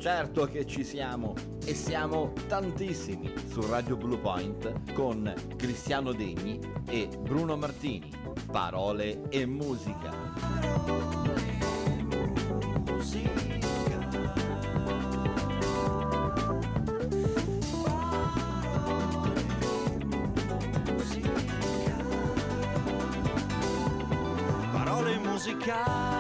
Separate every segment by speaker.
Speaker 1: certo che ci siamo e siamo tantissimi su Radio Blue Point con Cristiano Degni e Bruno Martini. Parole e musica.
Speaker 2: Parole e musica.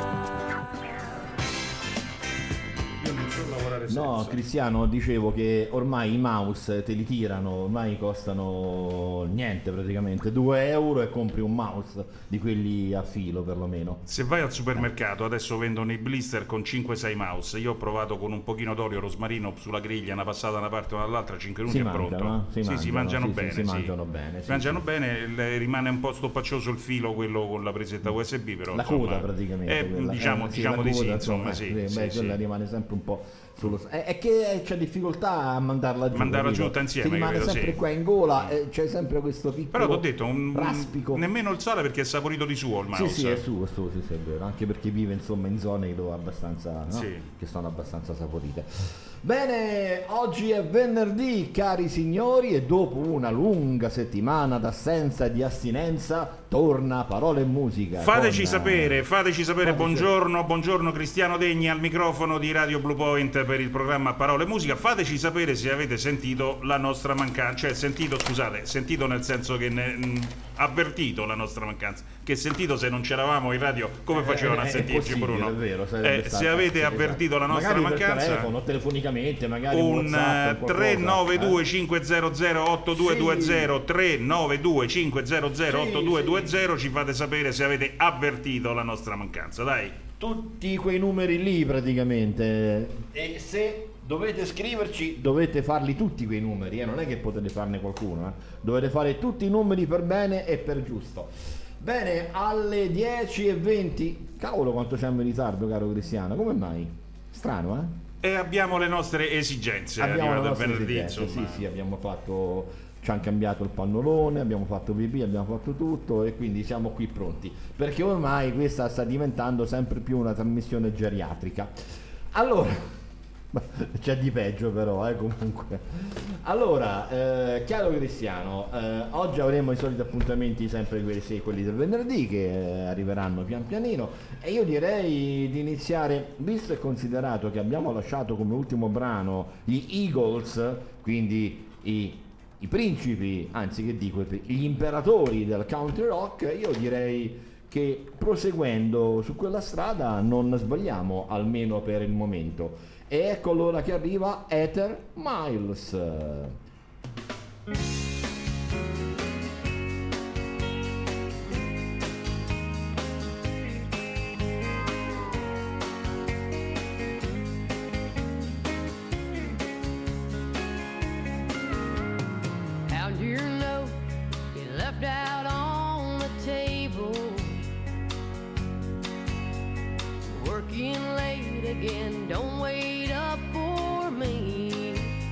Speaker 3: No, Cristiano, dicevo che ormai i mouse te li tirano, ormai costano niente praticamente, 2 euro e compri un mouse di quelli a filo perlomeno.
Speaker 4: Se vai al supermercato adesso vendono i blister con 5-6 mouse. Io ho provato con un pochino d'olio rosmarino sulla griglia, una passata da una parte o dall'altra, 5 minuti è pronto. Si mangiano bene. Si mangiano bene, rimane un po' stoppaccioso il filo, quello con la presetta USB, però
Speaker 3: la
Speaker 4: insomma,
Speaker 3: coda praticamente
Speaker 4: diciamo di sì, insomma,
Speaker 3: quella rimane sempre un po' è che c'è difficoltà a mandarla giù
Speaker 4: insieme,
Speaker 3: ti rimane sempre qua in gola, c'è sempre questo piccolo
Speaker 4: però ti ho detto
Speaker 3: raspico,
Speaker 4: nemmeno il sale perché è saporito di suo il mouse.
Speaker 3: Sì, è suo, sì, è vero, anche perché vive insomma in zone dove abbastanza, no? Che sono abbastanza saporite. Bene, oggi è venerdì, cari signori, e dopo una lunga settimana d'assenza e di astinenza torna Parole e Musica.
Speaker 4: Fateci sapere. Buongiorno Cristiano Degni al microfono di Radio Blue Point per il programma Parole e Musica. Fateci sapere se avete sentito la nostra mancanza, sentito nel senso che avvertito la nostra mancanza, che sentito se non c'eravamo in radio come facevano a sentirci, Bruno?
Speaker 3: È vero,
Speaker 4: se avete avvertito la nostra
Speaker 3: magari
Speaker 4: mancanza,
Speaker 3: per telefono, telefonicamente, magari
Speaker 4: un
Speaker 3: WhatsApp,
Speaker 4: 392 500 8220 392 500 8220 ci fate sapere se avete avvertito la nostra mancanza, dai.
Speaker 3: Tutti quei numeri lì praticamente, e se dovete scriverci dovete farli tutti quei numeri, non è che potete farne qualcuno, dovete fare tutti i numeri per bene e per giusto. Bene, alle 10:20, cavolo quanto siamo in ritardo, caro Cristiano, come mai? Strano,
Speaker 4: E abbiamo le nostre esigenze, arrivato il venerdì, insomma.
Speaker 3: Sì, ci hanno cambiato il pannolone, abbiamo fatto pipì, abbiamo fatto tutto e quindi siamo qui pronti, perché ormai questa sta diventando sempre più una trasmissione geriatrica. Allora, c'è di peggio però, comunque. Allora, caro Cristiano, oggi avremo i soliti appuntamenti, sempre quelli del venerdì, che arriveranno pian pianino, e io direi di iniziare, visto e considerato che abbiamo lasciato come ultimo brano gli Eagles, quindi i principi, anzi che dico, gli imperatori del country rock, io direi che proseguendo su quella strada non sbagliamo, almeno per il momento. E ecco allora che arriva Heather Miles.
Speaker 5: Found your note you left out on the table. Working late again, don't wait up for me.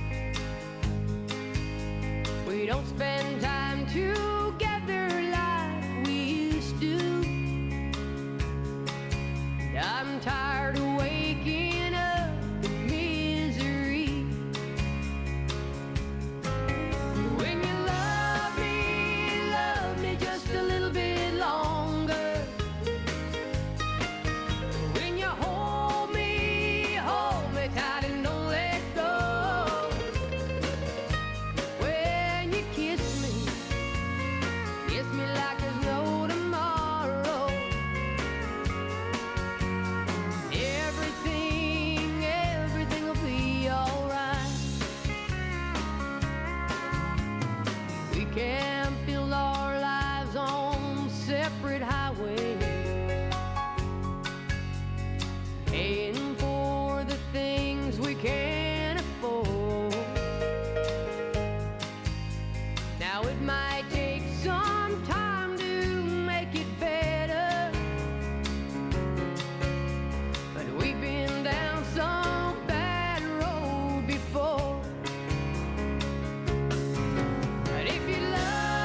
Speaker 5: We don't spend time together like we used to. I'm tired of waking up in misery. When you love me just a little bit longer. When you hold me tight and don't let go. When you kiss me like there's no tomorrow. Everything will be alright. We can build our lives on separate highways, paying for the things we can't afford. Now it might take some time to make it better, but we've been down some bad road before. But if you love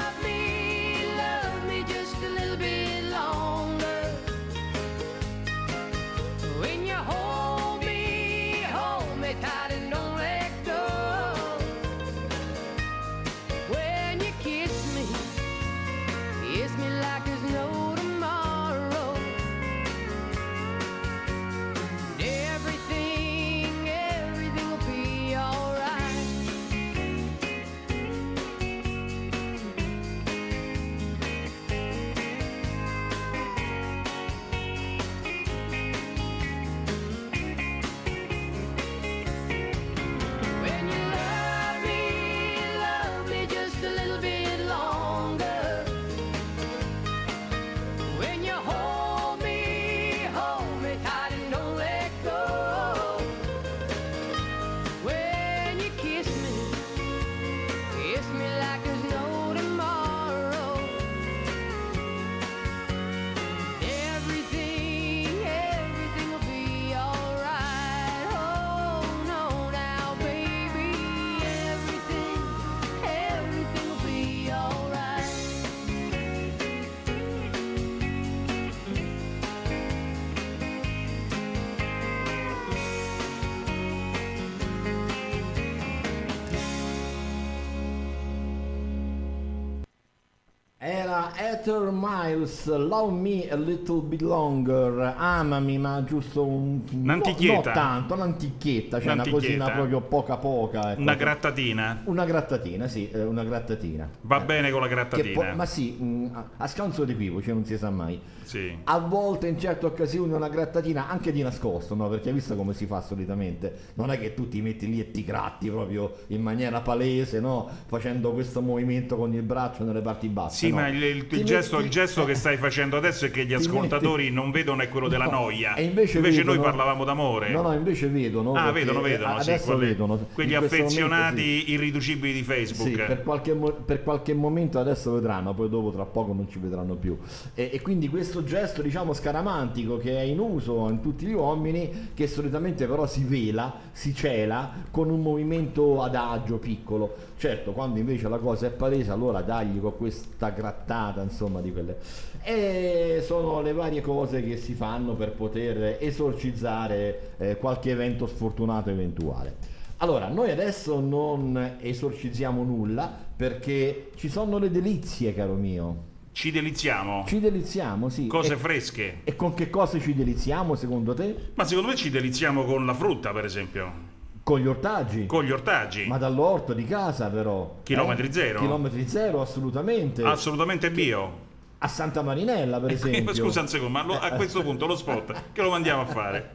Speaker 3: chiama Ether Miles, Love Me a Little Bit Longer, amami ma giusto
Speaker 4: un'antichietta.
Speaker 3: No tanto, un'antichietta, cioè una cosina proprio poca. Ecco.
Speaker 4: Una grattatina?
Speaker 3: Una grattatina, sì, una grattatina.
Speaker 4: Va bene con la grattatina.
Speaker 3: Ma sì, a scanso di equivoci, non si sa mai.
Speaker 4: Sì.
Speaker 3: A volte in certe occasioni una grattatina anche di nascosto, no? Perché hai visto come si fa solitamente? Non è che tu ti metti lì e ti gratti proprio in maniera palese, no? Facendo questo movimento con il braccio nelle parti basse.
Speaker 4: Sì,
Speaker 3: no?
Speaker 4: ma il gesto che stai facendo adesso e che gli ascoltatori non vedono è quello della noia.
Speaker 3: E invece
Speaker 4: noi parlavamo d'amore.
Speaker 3: No, invece vedono.
Speaker 4: Ah, vedono,
Speaker 3: adesso
Speaker 4: sì,
Speaker 3: vedono.
Speaker 4: Quegli affezionati sì, irriducibili di Facebook.
Speaker 3: Sì, per qualche momento adesso vedranno, poi dopo tra poco non ci vedranno più. E quindi questo gesto, diciamo, scaramantico che è in uso in tutti gli uomini, che solitamente però si vela, si cela con un movimento adagio, piccolo. Certo, quando invece la cosa è palese, allora dagli con questa grattata, insomma, di quelle. E sono le varie cose che si fanno per poter esorcizzare qualche evento sfortunato eventuale. Allora, noi adesso non esorcizziamo nulla perché ci sono le delizie, caro mio.
Speaker 4: Ci deliziamo?
Speaker 3: Ci deliziamo, sì.
Speaker 4: Cose fresche.
Speaker 3: E con che cose ci deliziamo, secondo te?
Speaker 4: Ma secondo me ci deliziamo con la frutta, per esempio.
Speaker 3: Con gli ortaggi?
Speaker 4: Con gli ortaggi.
Speaker 3: Ma dall'orto di casa, però.
Speaker 4: Chilometri zero?
Speaker 3: Chilometri zero, assolutamente.
Speaker 4: Assolutamente bio.
Speaker 3: A Santa Marinella, per esempio.
Speaker 4: Scusa un secondo, ma a questo punto lo spot che lo mandiamo a fare?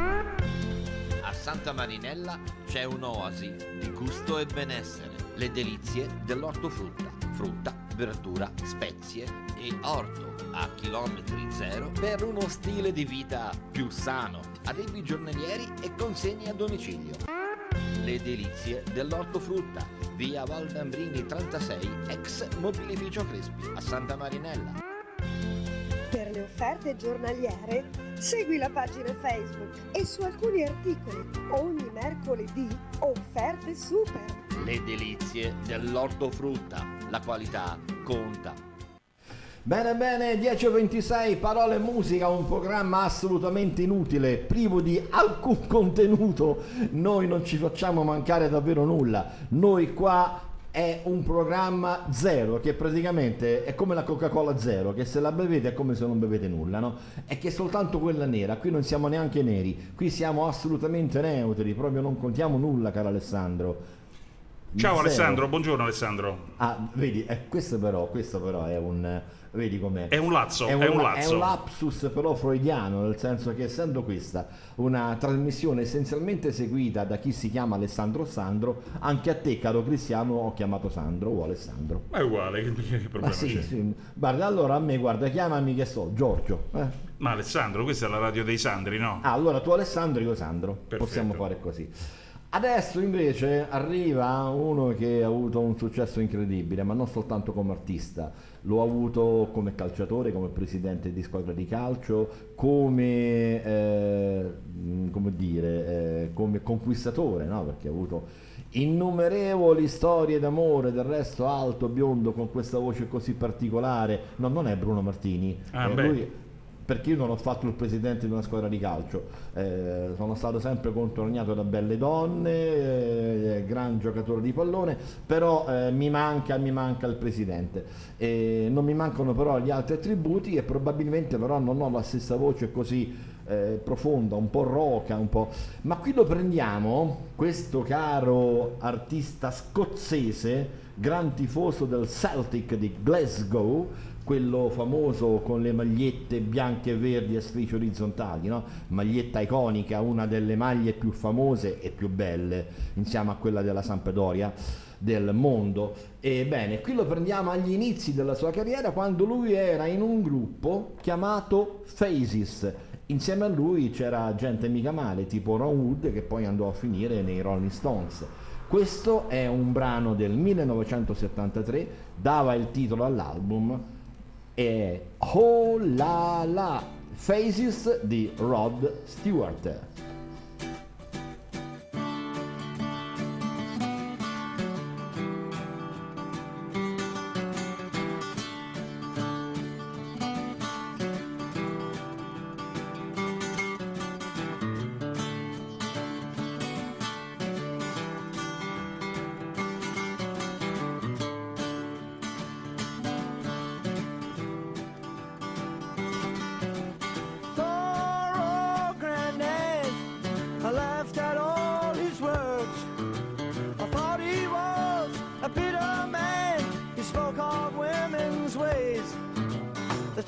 Speaker 1: A Santa Marinella c'è un'oasi di gusto e benessere. Le delizie dell'ortofrutta. Frutta, verdura, spezie e orto a chilometri zero per uno stile di vita più sano. Adempi giornalieri e consegne a domicilio. Le delizie dell'ortofrutta, via Valdambrini 36, ex mobilificio Crespi, a Santa Marinella.
Speaker 6: Per le offerte giornaliere segui la pagina Facebook e su alcuni articoli ogni mercoledì offerte super.
Speaker 1: Le delizie dell'ortofrutta, la qualità conta.
Speaker 3: Bene, 10:26, parole e musica, un programma assolutamente inutile, privo di alcun contenuto. Noi non ci facciamo mancare davvero nulla. Noi qua è un programma zero, che praticamente è come la Coca-Cola zero, che se la bevete è come se non bevete nulla, no? È che è soltanto quella nera, qui non siamo neanche neri, qui siamo assolutamente neutri, proprio non contiamo nulla, caro Alessandro.
Speaker 4: Ciao
Speaker 3: Zero.
Speaker 4: Alessandro, buongiorno Alessandro.
Speaker 3: Ah, vedi, questo però è un... Vedi com'è?
Speaker 4: È un lazzo,
Speaker 3: è
Speaker 4: un
Speaker 3: lapsus però freudiano, nel senso che essendo questa una trasmissione essenzialmente seguita da chi si chiama Alessandro Sandro, anche a te, caro Cristiano, ho chiamato Sandro o Alessandro.
Speaker 4: Ma è uguale, che problema
Speaker 3: Ma sì,
Speaker 4: c'è?
Speaker 3: sì. Guarda, allora a me, guarda, chiamami, che so, Giorgio.
Speaker 4: Ma Alessandro, questa è la radio dei Sandri, no?
Speaker 3: Ah, allora tu Alessandro, io Sandro.
Speaker 4: Perfetto.
Speaker 3: Possiamo fare così. Adesso invece arriva uno che ha avuto un successo incredibile, ma non soltanto come artista, lo ha avuto come calciatore, come presidente di squadra di calcio, come conquistatore, no? Perché ha avuto innumerevoli storie d'amore, del resto alto, biondo, con questa voce così particolare. No, non è Bruno Martini, lui, perché io non ho fatto il presidente di una squadra di calcio, sono stato sempre contornato da belle donne, gran giocatore di pallone, però mi manca il presidente, non mi mancano però gli altri attributi e probabilmente però non ho la stessa voce così profonda, un po' roca, un po'... Ma qui lo prendiamo, questo caro artista scozzese, gran tifoso del Celtic di Glasgow, quello famoso con le magliette bianche e verdi a strisce orizzontali, no? Maglietta iconica, una delle maglie più famose e più belle, insieme a quella della Sampdoria del mondo. E bene, qui lo prendiamo agli inizi della sua carriera, quando lui era in un gruppo chiamato Phases. Insieme a lui c'era gente mica male, tipo Ron Wood, che poi andò a finire nei Rolling Stones. Questo è un brano del 1973, dava il titolo all'album, e Oh La La, Phases di Rod Stewart.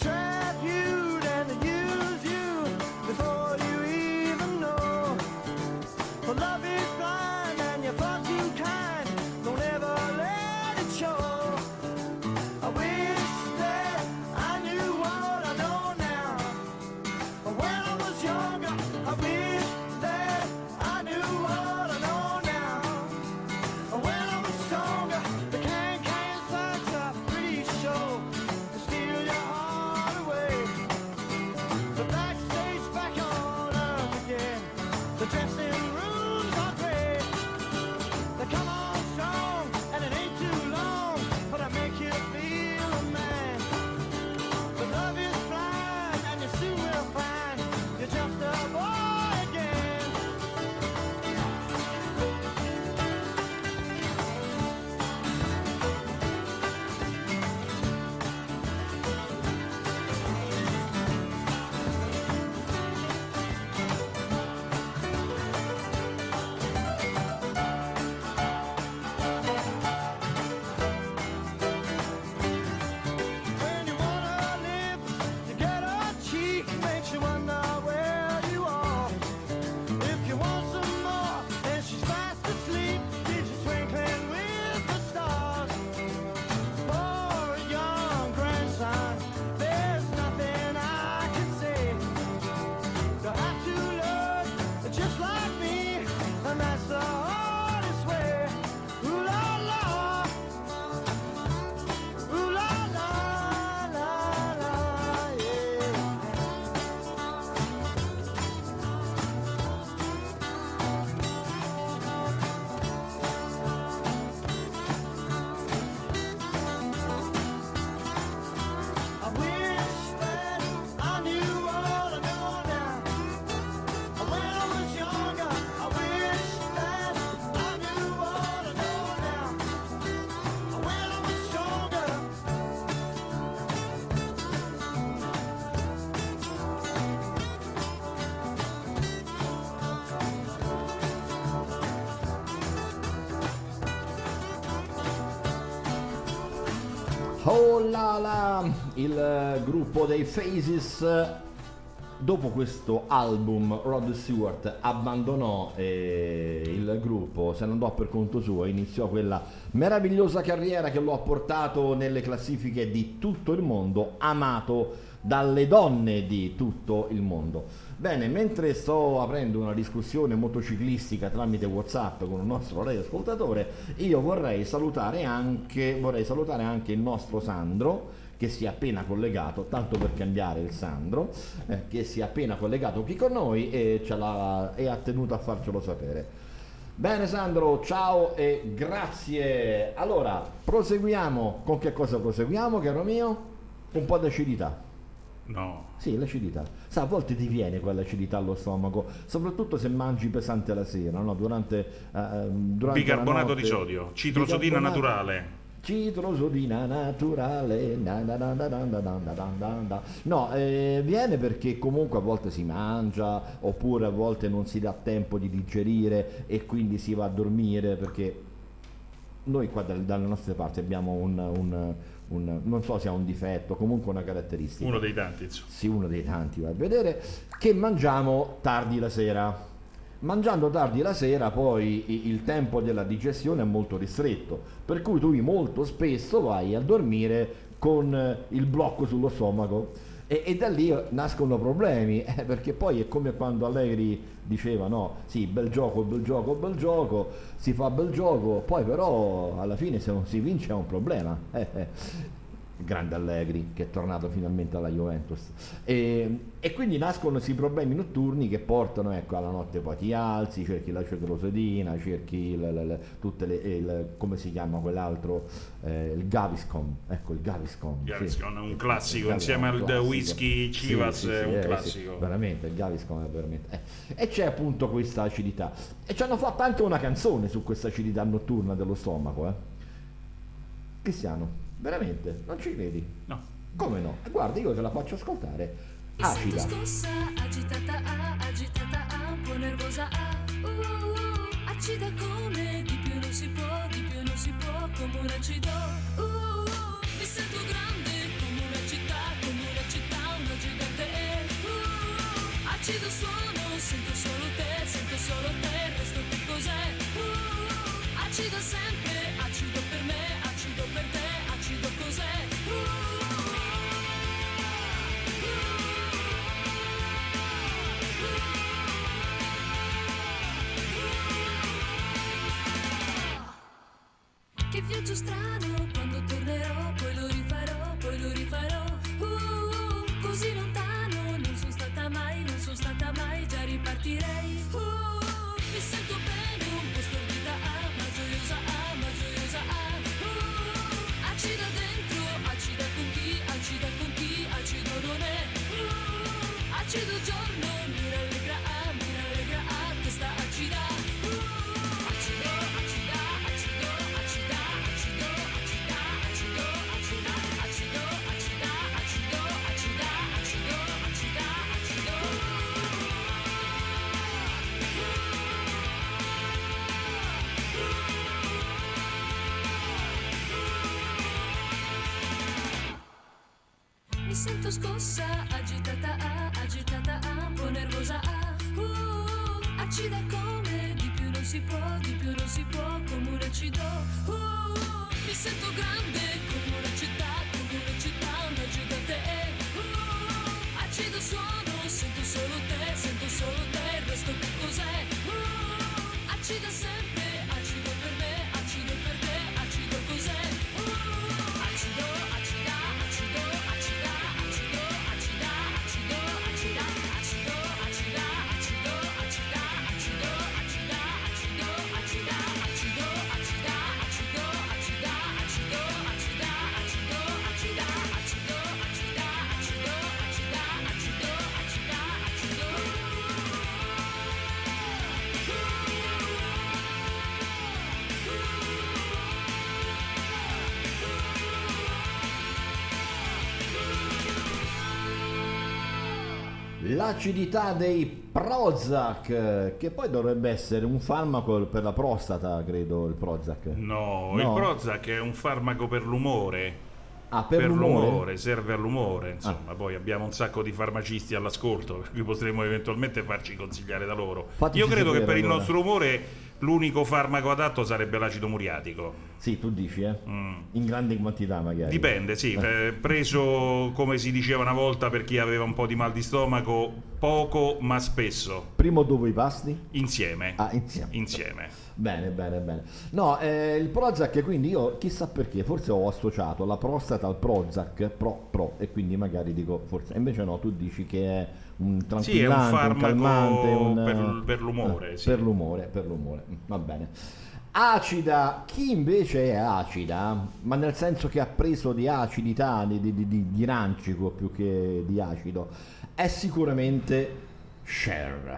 Speaker 7: trap you and to use you before you even know. Well, love is blind and you're far too kind. Don't ever let it show. I wish that I knew what I know now. When I was younger, I wish that I knew what I know now. When I was stronger, the can fights a pretty show to steal your heart away. The backstage back on earth again. The dressing rooms are great. They come on strong and it ain't too long, but I make you feel a man. But love is blind and you soon will find you're just a boy again. When you wanna live, you get a cheek, makes you wonder where you are. If you want some more, then she's fast asleep. Did you twinkling with the stars? For a young grandson, there's nothing I can say. You have to learn just like me, and that's the hardest way. Ooh la la, ooh la la la la, yeah. I wish that I knew what I know now. When I was younger, I wish that I knew what I know now. When I was stronger.
Speaker 3: Oh la la, il gruppo dei Phases, dopo questo album Rod Stewart abbandonò il gruppo, se ne andò per conto suo, iniziò quella meravigliosa carriera che lo ha portato nelle classifiche di tutto il mondo, amato dalle donne di tutto il mondo. Bene, mentre sto aprendo una discussione motociclistica tramite WhatsApp con un nostro radioascoltatore, io vorrei salutare anche il nostro Sandro, che si è appena collegato, tanto per cambiare il Sandro, che si è appena collegato qui con noi e ha tenuto a farcelo sapere. Bene Sandro, ciao e grazie. Allora, proseguiamo. Con che cosa proseguiamo, caro mio? Un po' di acidità.
Speaker 4: No.
Speaker 3: Sì, l'acidità. Sa, a volte ti viene quell'acidità allo stomaco, soprattutto se mangi pesante la sera, no? Durante
Speaker 4: Bicarbonato
Speaker 3: la notte.
Speaker 4: di sodio, citrosodina naturale.
Speaker 3: Citrosodina naturale. No, viene perché comunque a volte si mangia, oppure a volte non si dà tempo di digerire e quindi si va a dormire, perché noi qua dalle nostre parti abbiamo un non so se ha un difetto, comunque una caratteristica.
Speaker 4: Uno dei tanti, insomma.
Speaker 3: Sì, uno dei tanti, va a vedere, che mangiamo tardi la sera. Mangiando tardi la sera poi il tempo della digestione è molto ristretto, per cui tu molto spesso vai a dormire con il blocco sullo stomaco e da lì nascono problemi, perché poi è come quando Allegri diceva no, sì, bel gioco, si fa bel gioco, poi però alla fine se non si vince è un problema. Grande Allegri, che è tornato finalmente alla Juventus, e quindi nascono questi problemi notturni che portano, ecco, alla notte poi ti alzi, cerchi la citrosodina, cerchi come si chiama quell'altro, il Gaviscon, ecco, il Gaviscon
Speaker 4: Gaviscon
Speaker 3: sì.
Speaker 4: è un classico,
Speaker 3: è
Speaker 4: insieme
Speaker 3: un
Speaker 4: al
Speaker 3: classico.
Speaker 4: whisky Chivas,
Speaker 3: sì,
Speaker 4: è un classico.
Speaker 3: sì, veramente, il Gaviscon è veramente e c'è appunto questa acidità, e ci hanno fatto anche una canzone su questa acidità notturna dello stomaco, Cristiano. Veramente? Non ci credi?
Speaker 4: No.
Speaker 3: Come no? Guarda, io te la faccio ascoltare. Acida.
Speaker 8: Scossa, agitata, un po' nervosa, acida come di più non si può, come un acido, mi sento grande come una città, Acido suono, sento solo te, il resto che cos'è? Acido sempre, acido per me, acido per te, acido cos'è? Che viaggio strano, quando tornerò, poi lo rifarò, così lontano, non sono stata mai, già ripartirei. Mi sento bene, un po' stordita, ma gioiosa, acida dentro, acida con chi, acido non è. Acido giorno, mi rallegra, questa acida. Acido, acida, acido, acida, acido, acida, acido, acida, acido, acida, acido, acida, acido, acida, acido. Mi sento scossa, agitata, un po' nervosa, acida come, di più non si può, come un acido. Mi sento grande, come una città, una gigante. Acido suono, sento solo te, il resto che cos'è? Acido sempre, acido per me, acido per te, acido cos'è? Acido, acida, acido, acida, acido, acida, acido, acida, acido, acida, acido, acida, acido, acida, acido, acida, acido, acida, acido, acida, acido, acida, acido, acida, acido, acida, acido, acida, acido, acida, acido.
Speaker 3: L'acidità dei Prozac, che poi dovrebbe essere un farmaco per la prostata, credo, il Prozac.
Speaker 4: No,
Speaker 3: No?
Speaker 4: il Prozac è un farmaco per l'umore.
Speaker 3: Ah, per l'umore?
Speaker 4: Serve all'umore, insomma. Poi abbiamo un sacco di farmacisti all'ascolto, per cui potremo eventualmente farci consigliare da loro.
Speaker 3: Fateci
Speaker 4: Io credo che
Speaker 3: sapere,
Speaker 4: per il
Speaker 3: allora.
Speaker 4: nostro umore l'unico farmaco adatto sarebbe l'acido muriatico.
Speaker 3: Sì, tu dici, in grandi quantità magari.
Speaker 4: Dipende, sì, preso come si diceva una volta per chi aveva un po' di mal di stomaco, poco ma spesso.
Speaker 3: Prima o dopo i pasti?
Speaker 4: Insieme.
Speaker 3: Ah, insieme.
Speaker 4: Insieme.
Speaker 3: Bene. No, il Prozac, quindi io chissà perché, forse ho associato la prostata al Prozac, pro, e quindi magari dico forse, invece no, tu dici che è un tranquillante,
Speaker 4: Sì, è un farmaco
Speaker 3: calmante,
Speaker 4: per l'umore, sì.
Speaker 3: Per l'umore, va bene. Acida, chi invece è acida, ma nel senso che ha preso di acidità, di rancico più che di acido, è sicuramente Cher.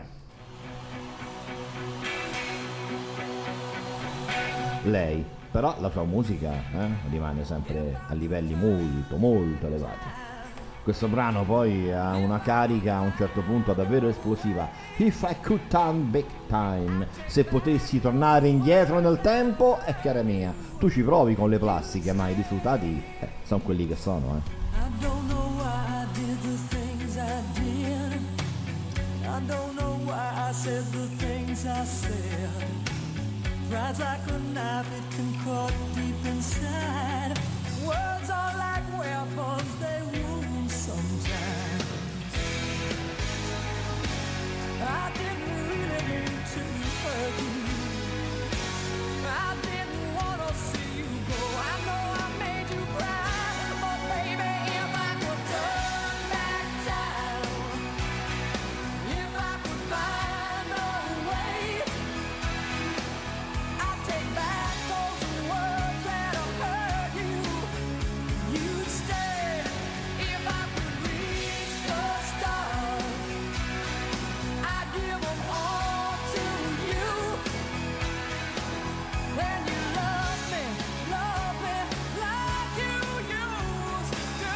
Speaker 3: Lei, però la sua musica rimane sempre a livelli molto elevati. Questo brano poi ha una carica a un certo punto davvero esplosiva. If I could turn back time, se potessi tornare indietro nel tempo, è cara mia, tu ci provi con le plastiche, ma i risultati sono quelli che sono.
Speaker 7: I don't know why I did the things I did. I don't know why I said the things I said. Pride's like a knife, it can cut deep inside. Words are like weapons, they wound sometimes. I didn't really mean to hurt you. I didn't want to see you go. I know I made you cry, but baby, if I could turn back time, if I could find a way, I'd take back those words that have hurt you. You'd stay if I could reach the stars. I'd give them all to you. When you love me like you used to.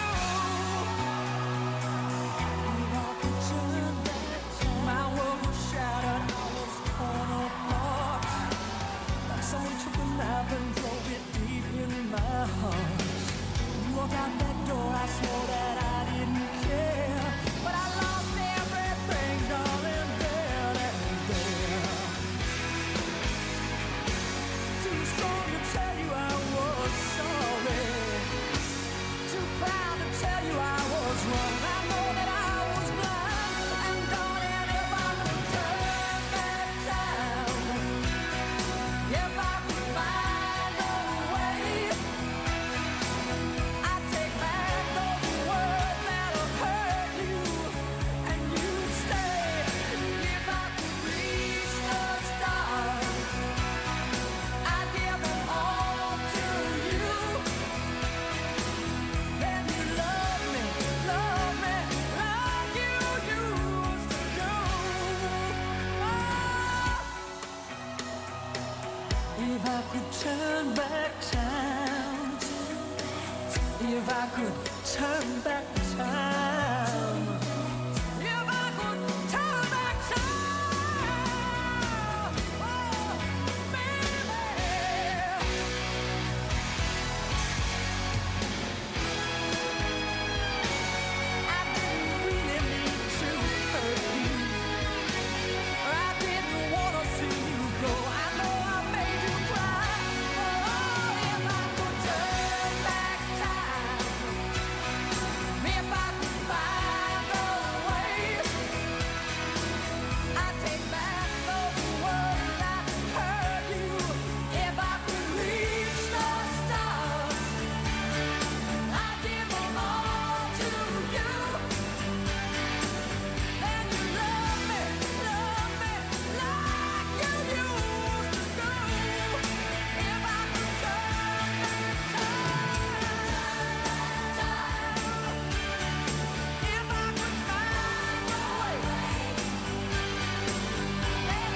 Speaker 7: If I could turn back time, my world was shattered, I was torn apart. Like someone took a knife and drove it deep in my heart. You walked out that door, I swore that I didn't care, but I lost everything, darling. If I could turn back time, if I could turn back time, oh, baby, I didn't really mean to hurt you. I didn't want to see you go. I know I made you cry. Oh, if I could turn back time, if I could find a way, I'd take back those words I heard you. If I could reach the stars, I'd give them all to you. Then you love me like you used to do. If I could turn back time, if I could find a way, then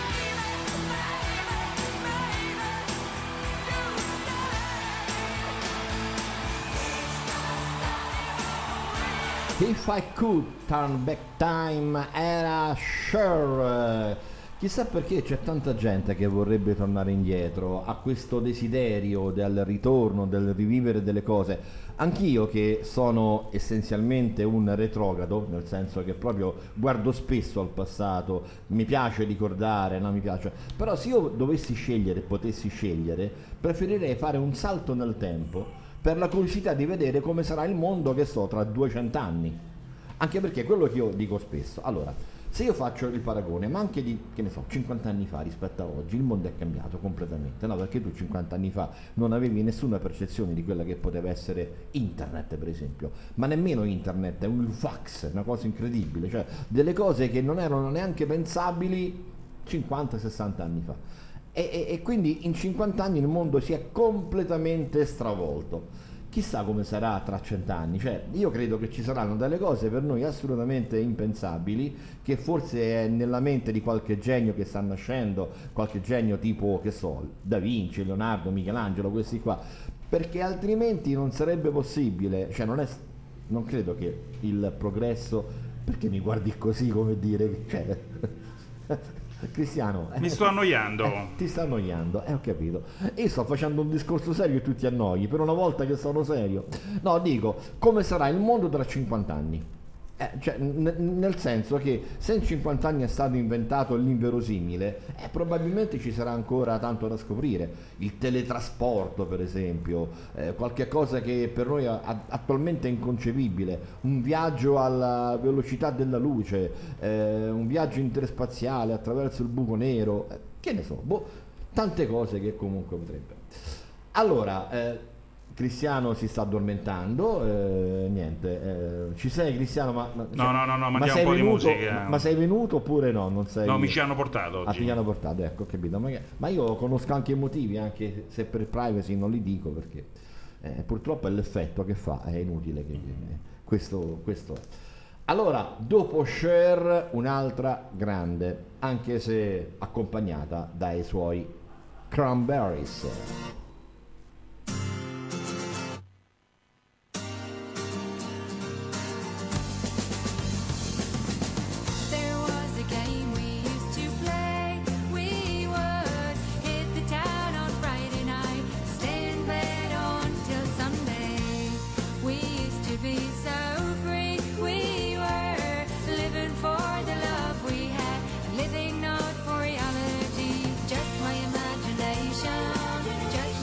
Speaker 3: If I Could Turn Back Time era Cher. Chissà perché c'è tanta gente che vorrebbe tornare indietro, ha questo desiderio del ritorno, del rivivere delle cose. Anch'io, che sono essenzialmente un retrogrado, nel senso che proprio guardo spesso al passato, mi piace ricordare, no, mi piace. Però se io dovessi scegliere, potessi scegliere, preferirei fare un salto nel tempo per la curiosità di vedere come sarà il mondo, che so, tra 200 anni. Anche perché quello che io dico spesso, allora, se io faccio il paragone, ma anche di, che ne so, 50 anni fa rispetto a oggi, il mondo è cambiato completamente, no? Perché tu 50 anni fa non avevi nessuna percezione di quella che poteva essere internet, per esempio, ma nemmeno internet, è un fax, una cosa incredibile, cioè delle cose che non erano neanche pensabili 50-60 anni fa. E quindi in 50 anni il mondo si è completamente stravolto. Chissà come sarà tra 100 anni, cioè io credo che ci saranno delle cose per noi assolutamente impensabili, che forse è nella mente di qualche genio che sta nascendo, qualche genio tipo, che so, Da Vinci, Leonardo, Michelangelo, questi qua, perché altrimenti non sarebbe possibile, cioè non credo che il progresso, perché mi guardi così, come dire, cioè, Cristiano,
Speaker 4: mi sto annoiando.
Speaker 3: Ti sta annoiando, ho capito. Io sto facendo un discorso serio e tu ti annoi, per una volta che sono serio. No, dico, come sarà il mondo tra 50 anni? Cioè, nel senso che se in 50 anni è stato inventato l'inverosimile, probabilmente ci sarà ancora tanto da scoprire. Il teletrasporto, per esempio, qualche cosa che per noi attualmente è inconcepibile, un viaggio alla velocità della luce, un viaggio interspaziale attraverso il buco nero, che ne so, tante cose che comunque potrebbe. Allora, Cristiano si sta addormentando, niente, ci sei, Cristiano?
Speaker 4: No, mandiamo un po' di musica.
Speaker 3: Ma sei venuto oppure no? Non sei...
Speaker 4: No, mi ci hanno portato oggi.
Speaker 3: Ah, ti hanno portato, ecco, ho capito. Ma io conosco anche i motivi, anche se per privacy non li dico, perché purtroppo è l'effetto che fa, è inutile che questo è. Allora, dopo Cher, un'altra grande, anche se accompagnata dai suoi Cranberries.
Speaker 8: Living not for reality, just my imagination, just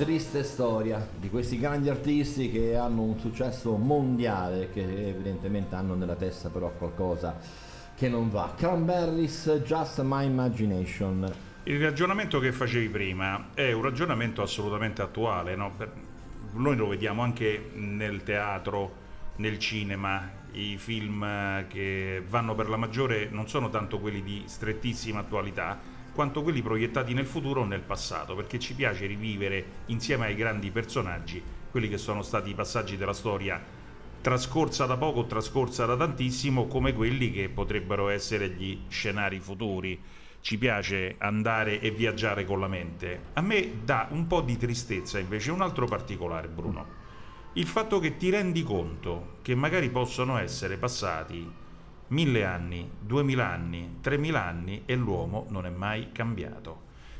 Speaker 3: triste storia di questi grandi artisti che hanno un successo mondiale, che evidentemente hanno nella testa però qualcosa che non va. Cranberries, Just My Imagination.
Speaker 4: Il ragionamento che facevi prima è un ragionamento assolutamente attuale, no? Noi lo vediamo anche nel teatro, nel cinema. I film che vanno per la maggiore non sono tanto quelli di strettissima attualità quanto quelli proiettati nel futuro o nel passato, perché ci piace rivivere insieme ai grandi personaggi quelli che sono stati i passaggi della storia trascorsa da poco o trascorsa da tantissimo, come quelli che potrebbero essere gli scenari futuri. Ci piace andare e viaggiare con la mente. A me dà un po' di tristezza invece un altro particolare, Bruno. Il fatto che ti rendi conto che magari possono essere passati 1000 anni, 2000 anni, 3000 anni e l'uomo non è mai cambiato.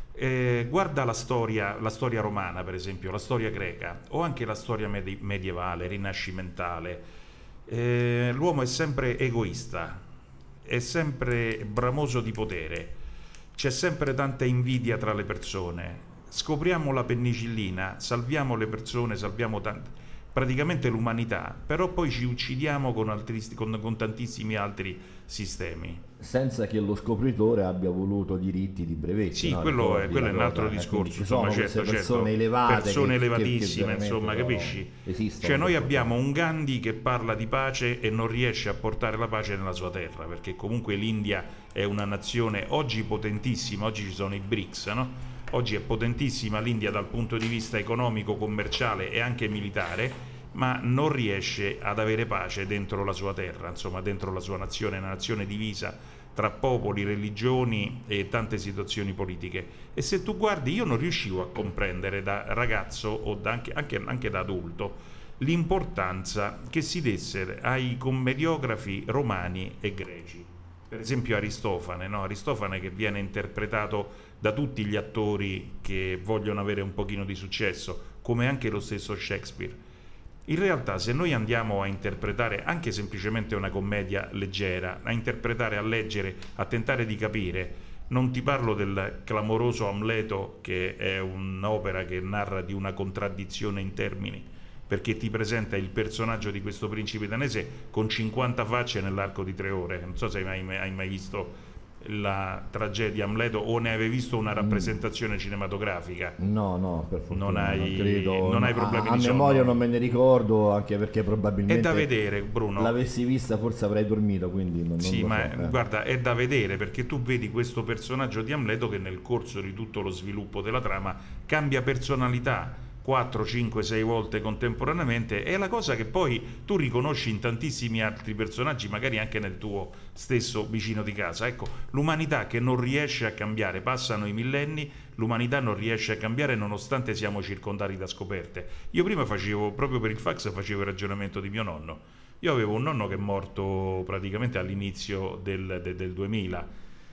Speaker 4: Guarda la storia romana, per esempio, la storia greca o anche la storia medievale, rinascimentale. L'uomo è sempre egoista, è sempre bramoso di potere, c'è sempre tanta invidia tra le persone. Scopriamo la penicillina, salviamo le persone, salviamo praticamente l'umanità, però poi ci uccidiamo con tantissimi altri sistemi.
Speaker 3: Senza che lo scopritore abbia voluto diritti di brevetti.
Speaker 4: Sì,
Speaker 3: no?
Speaker 4: quello è un altro discorso.
Speaker 3: Ci sono
Speaker 4: certo,
Speaker 3: persone elevate,
Speaker 4: persone
Speaker 3: che
Speaker 4: elevatissime, insomma, capisci? Cioè noi abbiamo un Gandhi che parla di pace e non riesce a portare la pace nella sua terra, perché comunque l'India è una nazione oggi potentissima, oggi ci sono i BRICS, no? Oggi è potentissima l'India dal punto di vista economico, commerciale e anche militare, ma non riesce ad avere pace dentro la sua terra, insomma dentro la sua nazione, una nazione divisa tra popoli, religioni e tante situazioni politiche. E se tu guardi, io non riuscivo a comprendere da ragazzo o anche da adulto l'importanza che si desse ai commediografi romani e greci. Per esempio Aristofane, no? Aristofane che viene interpretato da tutti gli attori che vogliono avere un pochino di successo, come anche lo stesso Shakespeare. In realtà se noi andiamo a interpretare anche semplicemente una commedia leggera, a interpretare, a leggere, a tentare di capire, non ti parlo del clamoroso Amleto, che è un'opera che narra di una contraddizione in termini, perché ti presenta il personaggio di questo principe danese con 50 facce nell'arco di 3 ore. Non so se hai mai visto la tragedia Amleto o ne avevi visto una rappresentazione cinematografica.
Speaker 3: No, per fortuna
Speaker 4: non hai problemi
Speaker 3: a
Speaker 4: di sonno.
Speaker 3: memoria non me ne ricordo, anche perché probabilmente
Speaker 4: è da vedere, Bruno.
Speaker 3: L'avessi vista forse avrei dormito, quindi non
Speaker 4: sì,
Speaker 3: lo
Speaker 4: ma
Speaker 3: so,
Speaker 4: guarda, è da vedere, perché tu vedi questo personaggio di Amleto che nel corso di tutto lo sviluppo della trama cambia personalità 4, 5, 6 volte contemporaneamente. È la cosa che poi tu riconosci in tantissimi altri personaggi, magari anche nel tuo stesso vicino di casa. Ecco, l'umanità che non riesce a cambiare, passano i millenni, l'umanità non riesce a cambiare nonostante siamo circondati da scoperte. Io prima proprio per il fax facevo il ragionamento di mio nonno. Io avevo un nonno che è morto praticamente all'inizio del 2000,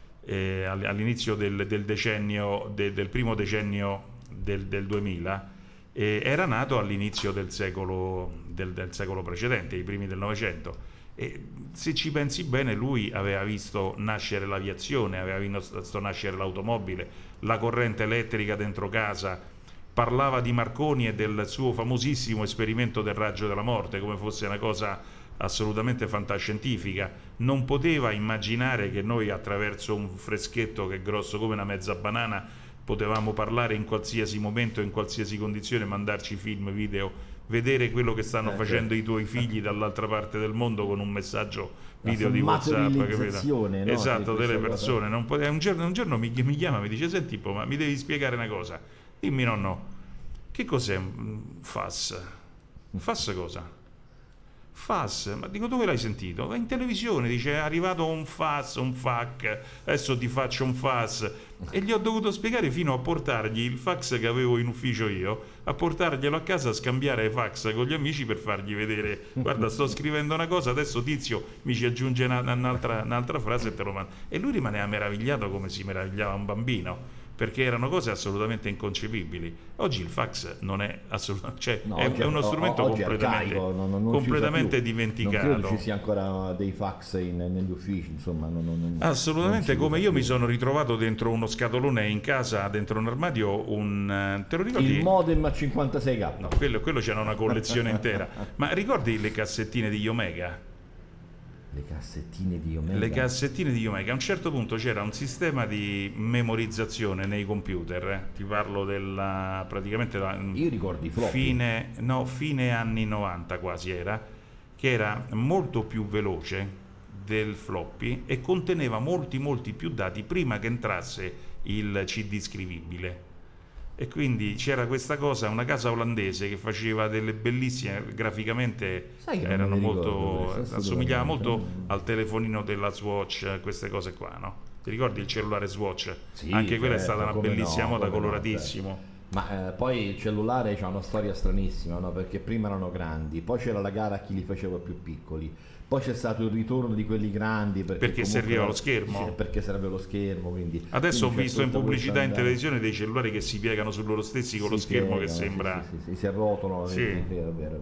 Speaker 4: all'inizio del decennio, del primo decennio del 2000. Era nato all'inizio del secolo precedente, i primi del Novecento, e se ci pensi bene lui aveva visto nascere l'aviazione, aveva visto nascere l'automobile, la corrente elettrica dentro casa, parlava di Marconi e del suo famosissimo esperimento del raggio della morte come fosse una cosa assolutamente fantascientifica. Non poteva immaginare che noi attraverso un freschetto che è grosso come una mezza banana potevamo parlare in qualsiasi momento, in qualsiasi condizione, mandarci film, video, vedere quello che stanno facendo i tuoi figli dall'altra parte del mondo con un messaggio video di WhatsApp, capito?
Speaker 3: No?
Speaker 4: Esatto, delle persone. Un giorno mi chiama, mi dice: senti, ma mi devi spiegare una cosa. Dimmi, nonno, che cos'è un FAS? FAS cosa? FAS, ma dico, dove l'hai sentito? In televisione, dice: è arrivato un FAS, un FAC, adesso ti faccio un FAS. E gli ho dovuto spiegare fino a portargli il fax che avevo in ufficio io, a portarglielo a casa, a scambiare fax con gli amici per fargli vedere: guarda, sto scrivendo una cosa, adesso Tizio mi ci aggiunge un'altra frase e te lo mando. E lui rimaneva meravigliato come si meravigliava un bambino, perché erano cose assolutamente inconcepibili. Oggi il fax non è assolutamente, cioè
Speaker 3: No,
Speaker 4: è uno strumento
Speaker 3: oggi è
Speaker 4: completamente,
Speaker 3: arcaico, non
Speaker 4: completamente
Speaker 3: si usa più.
Speaker 4: dimenticato.
Speaker 3: Non credo ci sia ancora dei fax negli uffici, insomma.
Speaker 4: Assolutamente,
Speaker 3: non si
Speaker 4: come
Speaker 3: usa
Speaker 4: io
Speaker 3: più.
Speaker 4: mi sono ritrovato dentro uno scatolone in casa, dentro un armadio, te lo ricordi?
Speaker 3: Il modem a 56k.
Speaker 4: No, quello c'era una collezione intera. Ma ricordi le cassettine di Omega?
Speaker 3: Le cassettine di Omega.
Speaker 4: Le cassettine di Omega. A un certo punto c'era un sistema di memorizzazione nei computer. Ti parlo della praticamente
Speaker 3: Io ricordo i floppy.
Speaker 4: fine anni 90 quasi era, che era molto più veloce del floppy e conteneva molti più dati prima che entrasse il CD scrivibile. E quindi c'era questa cosa, una casa olandese che faceva delle bellissime, graficamente
Speaker 3: Sai che non
Speaker 4: erano
Speaker 3: me ne ricordo
Speaker 4: molto,
Speaker 3: questo,
Speaker 4: assomigliava molto
Speaker 3: assolutamente.
Speaker 4: al telefonino della Swatch, queste cose qua, no? Ti ricordi il cellulare Swatch?
Speaker 3: Sì,
Speaker 4: Anche quella è
Speaker 3: certo,
Speaker 4: stata una
Speaker 3: come
Speaker 4: bellissima
Speaker 3: no,
Speaker 4: moda,
Speaker 3: come no,
Speaker 4: coloratissimo.
Speaker 3: Ma poi il cellulare c'ha una storia stranissima, no? Perché prima erano grandi, poi c'era la gara a chi li faceva più piccoli, poi c'è stato il ritorno di quelli grandi perché comunque
Speaker 4: serviva lo schermo.
Speaker 3: Sì, perché serve lo schermo, quindi
Speaker 4: Adesso ho
Speaker 3: quindi c'è
Speaker 4: visto in
Speaker 3: tutta
Speaker 4: pubblicità
Speaker 3: questa
Speaker 4: in
Speaker 3: andata.
Speaker 4: televisione dei cellulari che si piegano su loro stessi con lo
Speaker 3: Si
Speaker 4: schermo che
Speaker 3: piegano,
Speaker 4: sembra...
Speaker 3: sì, si arrotolano,
Speaker 4: Sì.
Speaker 3: è vero.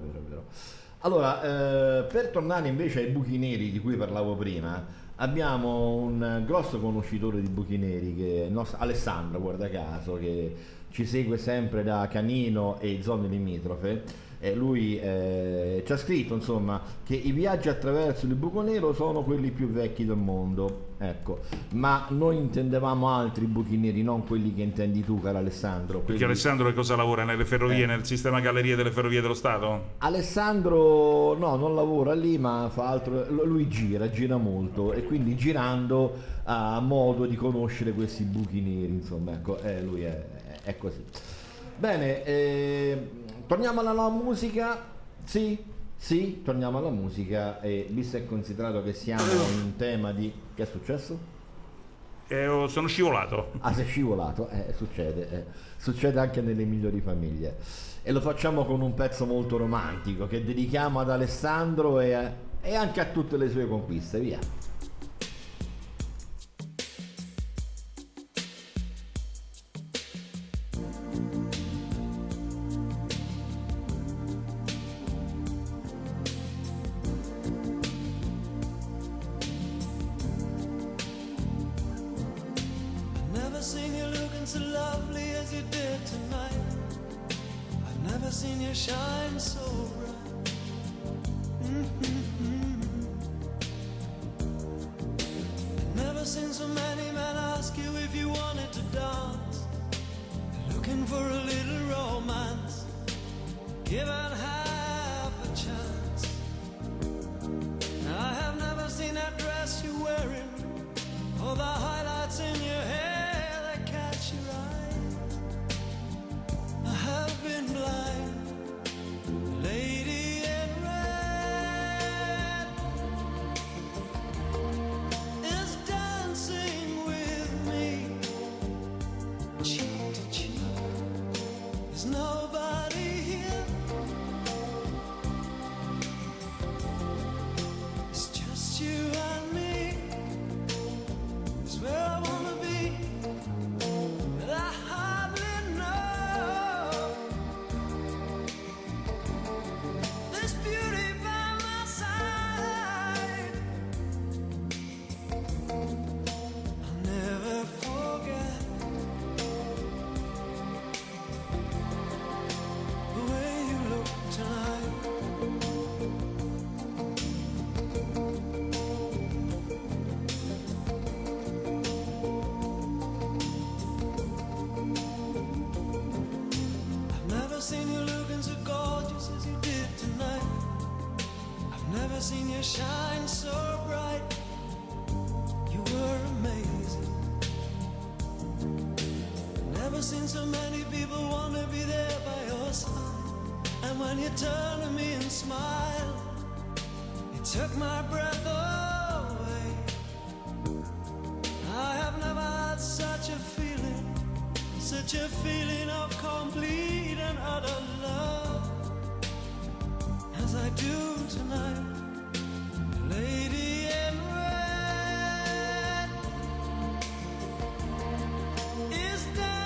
Speaker 3: Allora, per tornare invece ai buchi neri di cui parlavo prima, abbiamo un grosso conoscitore di buchi neri, che è il nostro Alessandro, guarda caso, che ci segue sempre da Canino e zone limitrofe. E lui ci ha scritto, insomma, che i viaggi attraverso il buco nero sono quelli più vecchi del mondo, ecco, ma noi intendevamo altri buchi neri, non quelli che intendi tu, caro Alessandro.
Speaker 4: Perché Alessandro che cosa lavora? Nelle ferrovie, nel sistema gallerie delle ferrovie dello Stato?
Speaker 3: Alessandro no, non lavora lì, ma fa altro, lui gira molto e quindi girando ha modo di conoscere questi buchi neri, insomma, ecco, lui è così. Bene, torniamo alla nuova musica. Sì, torniamo alla musica, e visto e considerato che siamo in tema di... Che è successo?
Speaker 4: Sono scivolato.
Speaker 3: Ah, sei scivolato? Succede anche nelle migliori famiglie. E lo facciamo con un pezzo molto romantico che dedichiamo ad Alessandro e anche a tutte le sue conquiste, via.
Speaker 7: Never seen you looking so lovely as you did tonight. I've never seen you shine so bright. I've never seen so many men ask you if you wanted to dance. Looking for a little romance, given half a chance. I have never seen that dress you're wearing, or the highlights in your hair that catch your eye. I have been blind, lady in red is dancing with me, cheek to cheek. There's nobody here, it's just you and me. It's where I wanna be, but I hardly know. This beauty by my side, I'll never forget the way you look tonight. I've never seen you looking so gorgeous as you did tonight. I've never seen you shine so bright. You were amazing. Never seen so many people want to be there by your side. And when you turn to me and smile, it took my breath away. I have never had such a feeling of complete and utter love as I do tonight. Lady in red is dancing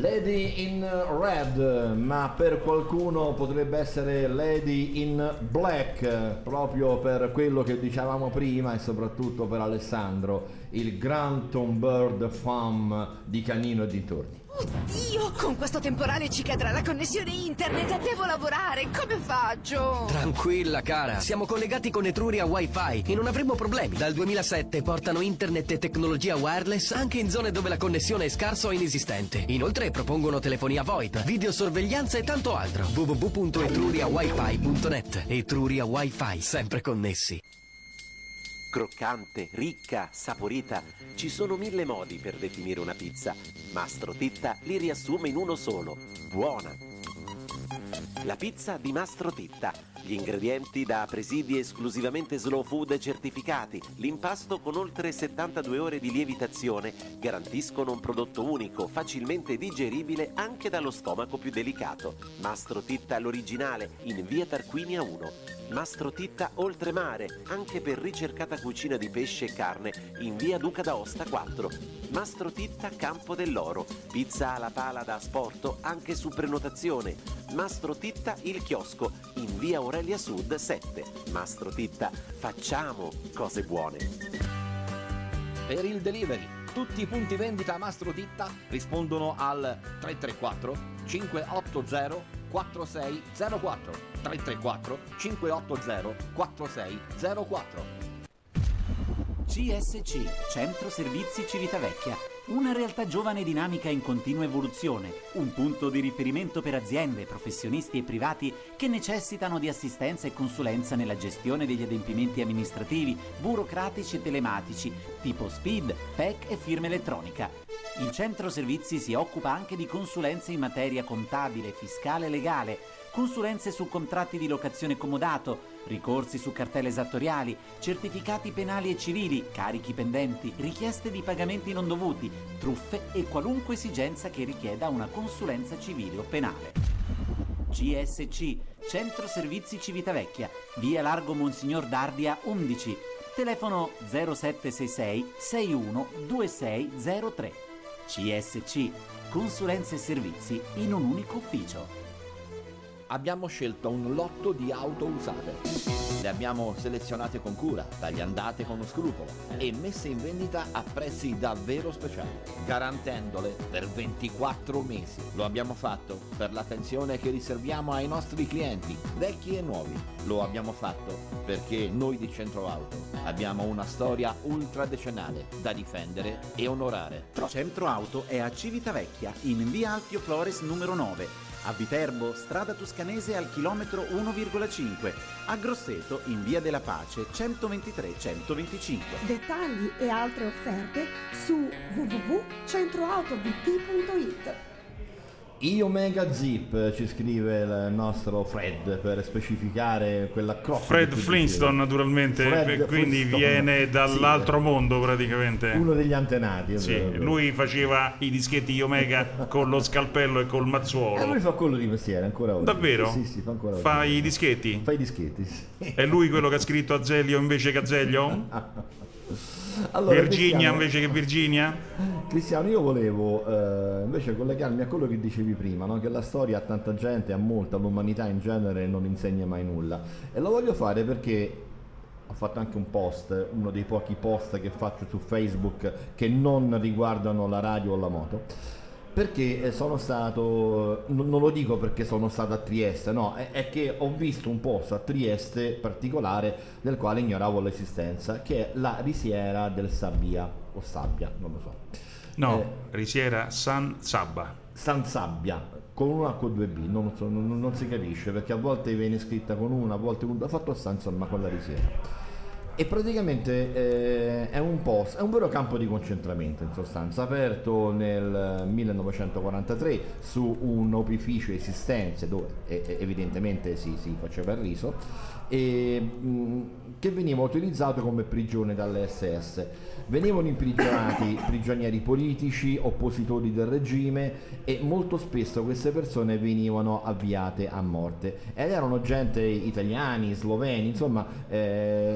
Speaker 3: Lady in Red, ma per qualcuno potrebbe essere Lady in Black, proprio per quello che dicevamo prima e soprattutto per Alessandro, il Grand Tombeur de Femme di Canino e dintorni.
Speaker 9: Oddio, con questo temporale ci cadrà la connessione internet, devo lavorare, come faccio?
Speaker 10: Tranquilla cara, siamo collegati con Etruria Wi-Fi e non avremo problemi. Dal 2007 portano internet e tecnologia wireless anche in zone dove la connessione è scarsa o inesistente. Inoltre propongono telefonia VoIP, videosorveglianza e tanto altro. www.etruriawifi.net. Etruria Wi-Fi, sempre connessi.
Speaker 11: Croccante, ricca, saporita. Ci sono 1000 modi per definire una pizza. Mastro Titta li riassume in uno solo: buona. La pizza di Mastro Titta. Gli ingredienti da presidi esclusivamente slow food certificati, l'impasto con oltre 72 ore di lievitazione garantiscono un prodotto unico, facilmente digeribile anche dallo stomaco più delicato. Mastro Titta l'originale, in via Tarquinia 1. Mastro Titta Oltremare, anche per ricercata cucina di pesce e carne, in via Duca d'Aosta 4. Mastro Titta Campo dell'Oro, pizza alla pala da asporto anche su prenotazione. Mastro Titta Il Chiosco, in via Aurelia Sud 7. Mastro Titta, facciamo cose buone.
Speaker 1: Per il delivery, tutti i punti vendita Mastro Titta rispondono al 334 580 4604 334 580 4604.
Speaker 12: CSC, Centro Servizi Civitavecchia, una realtà giovane e dinamica in continua evoluzione, un punto di riferimento per aziende, professionisti e privati che necessitano di assistenza e consulenza nella gestione degli adempimenti amministrativi, burocratici e telematici, tipo SPID, PEC e firma elettronica. Il Centro Servizi si occupa anche di consulenze in materia contabile, fiscale e legale, consulenze su contratti di locazione comodato, ricorsi su cartelle esattoriali, certificati penali e civili, carichi pendenti, richieste di pagamenti non dovuti, truffe e qualunque esigenza che richieda una consulenza civile o penale. CSC, Centro Servizi Civitavecchia, via Largo Monsignor Dardia 11, telefono 0766 61 2603. CSC, consulenze e servizi in un unico ufficio.
Speaker 1: Abbiamo scelto un lotto di auto usate. Le abbiamo selezionate con cura, tagliandate con scrupolo e messe in vendita a prezzi davvero speciali, garantendole per 24 mesi. Lo abbiamo fatto per l'attenzione che riserviamo ai nostri clienti, vecchi e nuovi. Lo abbiamo fatto perché noi di Centro Auto abbiamo una storia ultradecennale da difendere e onorare.
Speaker 12: Centro Auto è a Civitavecchia, in via Alfio Flores numero 9. A Viterbo, strada Toscanese al chilometro 1,5. A Grosseto, in via della Pace 123-125.
Speaker 6: Dettagli e altre offerte su www.centroautovt.it.
Speaker 3: Iomega Zip, ci scrive il nostro Fred per specificare quella crocca.
Speaker 4: Fred Flintstone naturalmente, quindi Flintstone. Viene dall'altro mondo praticamente.
Speaker 3: Uno degli antenati.
Speaker 4: Sì, lui faceva i dischetti Iomega con lo scalpello e col mazzuolo.
Speaker 3: Lui fa quello di mestiere ancora oggi.
Speaker 4: Davvero?
Speaker 3: Sì, fa ancora oggi.
Speaker 4: Fa i dischetti?
Speaker 3: Fa i dischetti, sì.
Speaker 4: È lui quello che ha scritto Azeglio invece che Azeglio?
Speaker 3: Allora,
Speaker 4: Virginia invece che Virginia?
Speaker 3: Cristiano, io volevo invece collegarmi a quello che dicevi prima, no? Che la storia a tanta gente, a molta, l'umanità in genere non insegna mai nulla, e lo voglio fare perché ho fatto anche un post, uno dei pochi post che faccio su Facebook che non riguardano la radio o la moto, perché sono stato, non lo dico perché sono stato a Trieste, no, è che ho visto un post a Trieste particolare del quale ignoravo l'esistenza, che è la risiera del Sabbia, o Sabbia, non lo so.
Speaker 4: No, risiera San Sabba.
Speaker 3: San Sabbia, con una o con due B, non si capisce, perché a volte viene scritta con una, a volte con due, ha fatto sta insomma con la risiera. E praticamente è un post, è un vero campo di concentramento in sostanza, aperto nel 1943 su un opificio esistente dove evidentemente si faceva il riso, e che veniva utilizzato come prigione dalle SS. Venivano imprigionati prigionieri politici, oppositori del regime, e molto spesso queste persone venivano avviate a morte, ed erano gente, italiani, sloveni, insomma coloro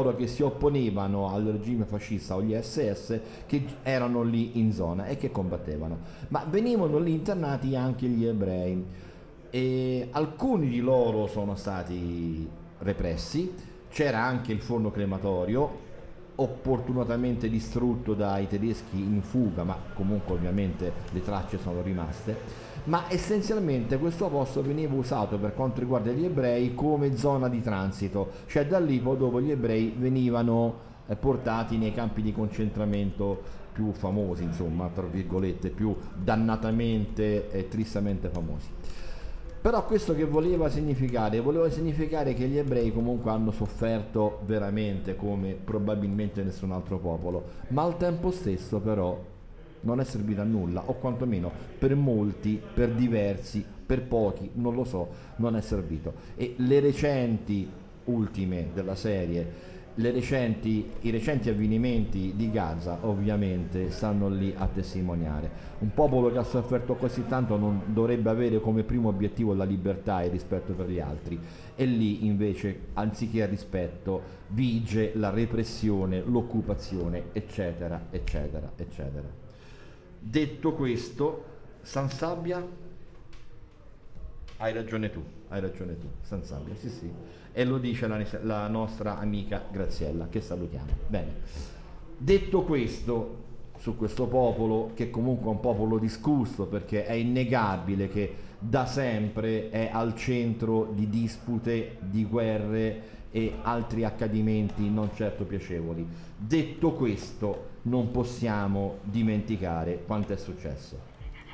Speaker 3: coloro che si opponevano al regime fascista o gli SS che erano lì in zona e che combattevano, ma venivano lì internati anche gli ebrei e alcuni di loro sono stati repressi. C'era anche il forno crematorio, opportunamente distrutto dai tedeschi in fuga, ma comunque ovviamente le tracce sono rimaste, ma essenzialmente questo posto veniva usato per quanto riguarda gli ebrei come zona di transito, cioè da lì poi dopo gli ebrei venivano portati nei campi di concentramento più famosi, insomma, tra virgolette, più dannatamente e tristemente famosi. Però questo che voleva significare? Voleva significare che gli ebrei comunque hanno sofferto veramente come probabilmente nessun altro popolo, ma al tempo stesso però non è servito a nulla, o quantomeno per molti, per diversi, per pochi, non lo so, non è servito. E le recenti ultime della serie, i recenti avvenimenti di Gaza ovviamente stanno lì a testimoniare. Un popolo che ha sofferto così tanto non dovrebbe avere come primo obiettivo la libertà e il rispetto per gli altri, e lì invece anziché il rispetto vige la repressione, l'occupazione, eccetera eccetera eccetera. Detto questo, San Sabbia, hai ragione tu, San Sabbia, sì, e lo dice la nostra amica Graziella, che salutiamo. Bene, detto questo, su questo popolo, che comunque è un popolo discusso, perché è innegabile che da sempre è al centro di dispute, di guerre e altri accadimenti non certo piacevoli. Detto questo, non possiamo dimenticare quanto è successo.